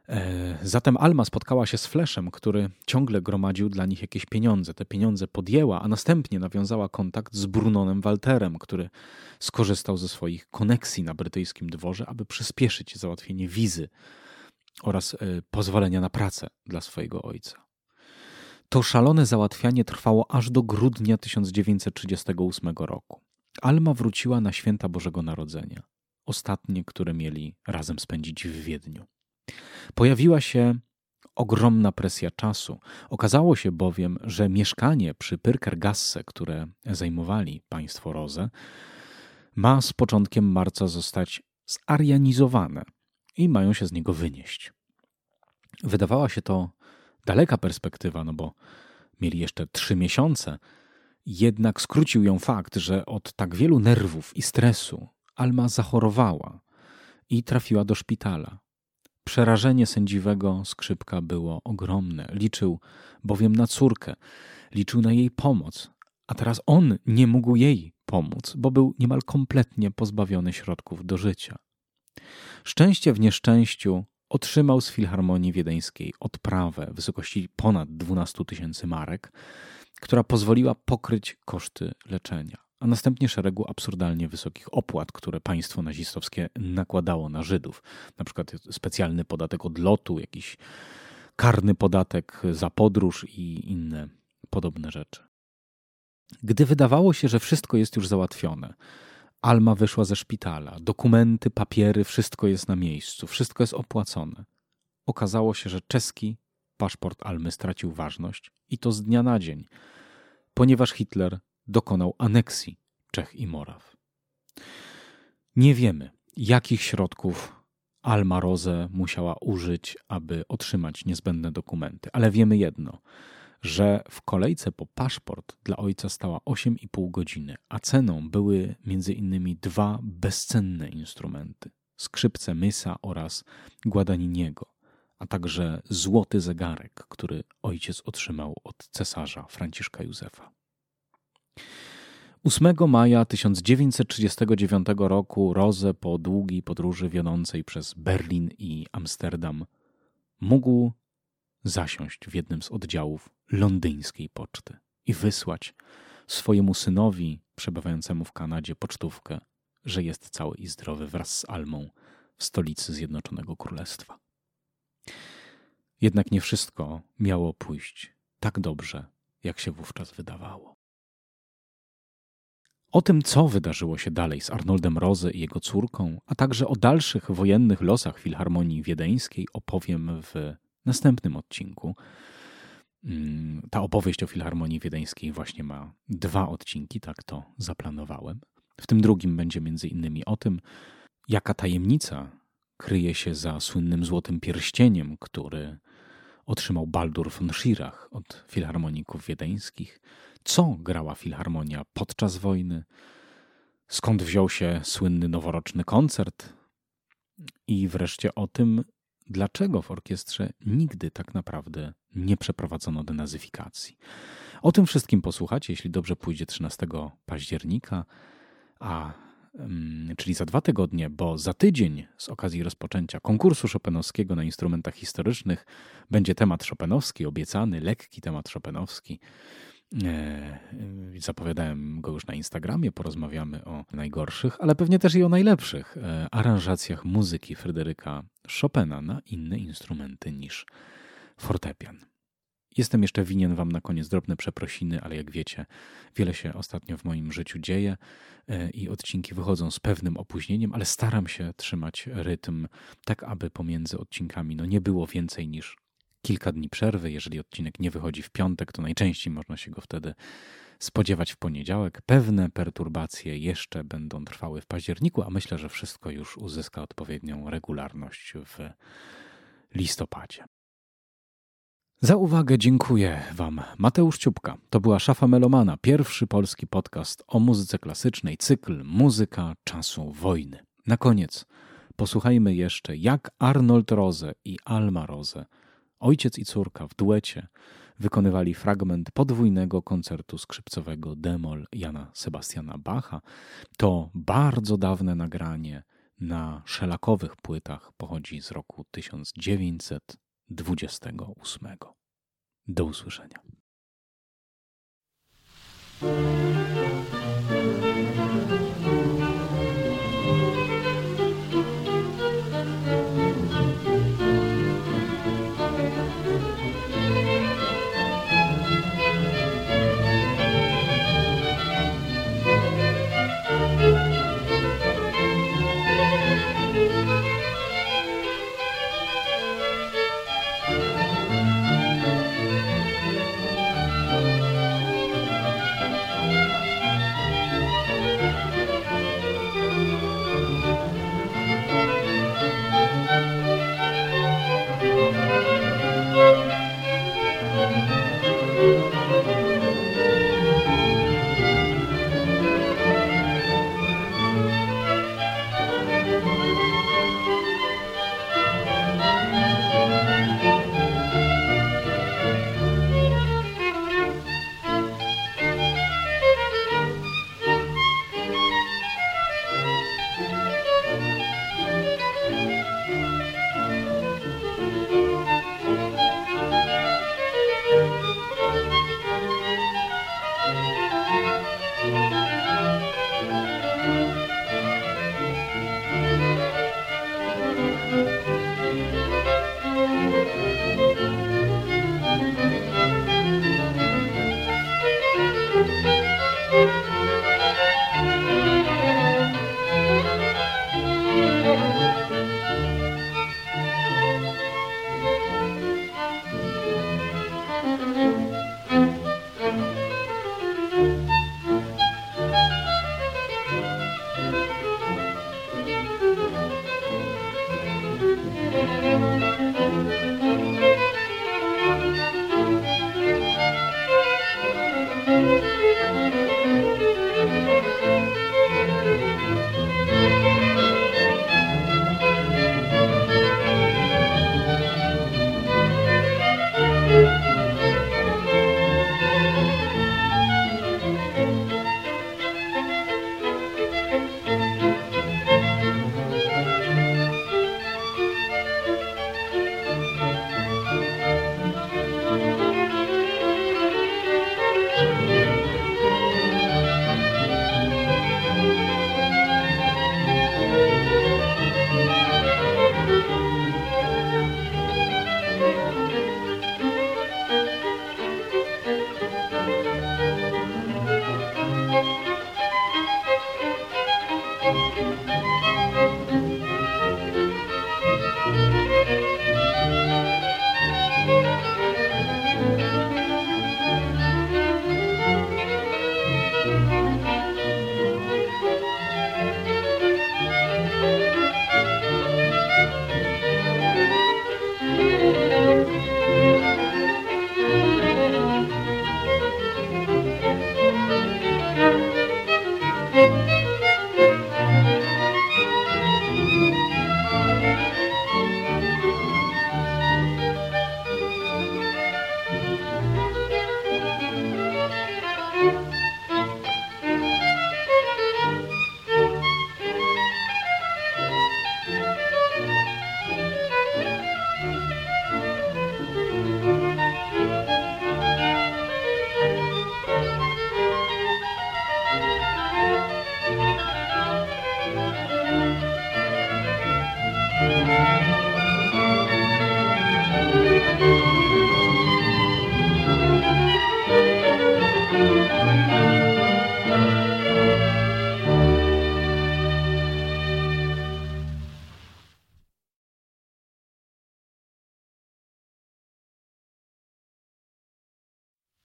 Zatem Alma spotkała się z Fleszem, który ciągle gromadził dla nich jakieś pieniądze. Te pieniądze podjęła, a następnie nawiązała kontakt z Brunonem Walterem, który skorzystał ze swoich koneksji na brytyjskim dworze, aby przyspieszyć załatwienie wizy oraz pozwolenia na pracę dla swojego ojca. To szalone załatwianie trwało aż do grudnia tysiąc dziewięćset trzydziestego ósmego roku. Alma wróciła na święta Bożego Narodzenia, ostatnie, które mieli razem spędzić w Wiedniu. Pojawiła się ogromna presja czasu. Okazało się bowiem, że mieszkanie przy Pirkergasse, które zajmowali państwo Rose, ma z początkiem marca zostać zarianizowane i mają się z niego wynieść. Wydawała się to daleka perspektywa, no bo mieli jeszcze trzy miesiące, jednak skrócił ją fakt, że od tak wielu nerwów i stresu Alma zachorowała i trafiła do szpitala. Przerażenie sędziwego Skrzypka było ogromne. Liczył bowiem na córkę, liczył na jej pomoc, a teraz on nie mógł jej pomóc, bo był niemal kompletnie pozbawiony środków do życia. Szczęście w nieszczęściu otrzymał z Filharmonii Wiedeńskiej odprawę w wysokości ponad dwunastu tysięcy marek, która pozwoliła pokryć koszty leczenia, a następnie szeregu absurdalnie wysokich opłat, które państwo nazistowskie nakładało na Żydów. Na przykład specjalny podatek od lotu, jakiś karny podatek za podróż i inne podobne rzeczy. Gdy wydawało się, że wszystko jest już załatwione, Alma wyszła ze szpitala, dokumenty, papiery, wszystko jest na miejscu, wszystko jest opłacone. Okazało się, że czeski paszport Almy stracił ważność i to z dnia na dzień, ponieważ Hitler dokonał aneksji Czech i Moraw. Nie wiemy, jakich środków Alma Rose musiała użyć, aby otrzymać niezbędne dokumenty, ale wiemy jedno, że w kolejce po paszport dla ojca stała osiem i pół godziny, a ceną były między innymi dwa bezcenne instrumenty, skrzypce Mysa oraz Guadagniniego, a także złoty zegarek, który ojciec otrzymał od cesarza Franciszka Józefa. ósmego maja tysiąc dziewięćset trzydziestego dziewiątego roku Rose po długiej podróży wiodącej przez Berlin i Amsterdam mógł zasiąść w jednym z oddziałów londyńskiej poczty i wysłać swojemu synowi przebywającemu w Kanadzie pocztówkę, że jest cały i zdrowy wraz z Almą w stolicy Zjednoczonego Królestwa. Jednak nie wszystko miało pójść tak dobrze, jak się wówczas wydawało. O tym, co wydarzyło się dalej z Arnoldem Rose i jego córką, a także o dalszych wojennych losach Filharmonii Wiedeńskiej opowiem w następnym odcinku. Ta opowieść o Filharmonii Wiedeńskiej właśnie ma dwa odcinki, tak to zaplanowałem. W tym drugim będzie między innymi o tym, jaka tajemnica kryje się za słynnym złotym pierścieniem, który otrzymał Baldur von Schirach od filharmoników wiedeńskich, co grała Filharmonia podczas wojny, skąd wziął się słynny noworoczny koncert i wreszcie o tym, dlaczego w orkiestrze nigdy tak naprawdę nie przeprowadzono denazyfikacji. O tym wszystkim posłuchacie, jeśli dobrze pójdzie, trzynastego października, a czyli za dwa tygodnie, bo za tydzień z okazji rozpoczęcia konkursu chopinowskiego na instrumentach historycznych będzie temat chopinowski, obiecany, lekki temat chopinowski. Zapowiadałem go już na Instagramie, porozmawiamy o najgorszych, ale pewnie też i o najlepszych aranżacjach muzyki Fryderyka Chopina na inne instrumenty niż fortepian. Jestem jeszcze winien wam na koniec drobne przeprosiny, ale jak wiecie, wiele się ostatnio w moim życiu dzieje i odcinki wychodzą z pewnym opóźnieniem, ale staram się trzymać rytm tak, aby pomiędzy odcinkami no, nie było więcej niż kilka dni przerwy. Jeżeli odcinek nie wychodzi w piątek, to najczęściej można się go wtedy spodziewać w poniedziałek. Pewne perturbacje jeszcze będą trwały w październiku, a myślę, że wszystko już uzyska odpowiednią regularność w listopadzie. Za uwagę dziękuję wam. Mateusz Ciupka. To była Szafa Melomana, pierwszy polski podcast o muzyce klasycznej, cykl Muzyka czasu wojny. Na koniec posłuchajmy jeszcze, jak Arnold Rose i Alma Rose, ojciec i córka w duecie, wykonywali fragment podwójnego koncertu skrzypcowego d-moll Jana Sebastiana Bacha. To bardzo dawne nagranie na szelakowych płytach pochodzi z roku tysiąc dziewięćset dwudziestego ósmego. Do usłyszenia.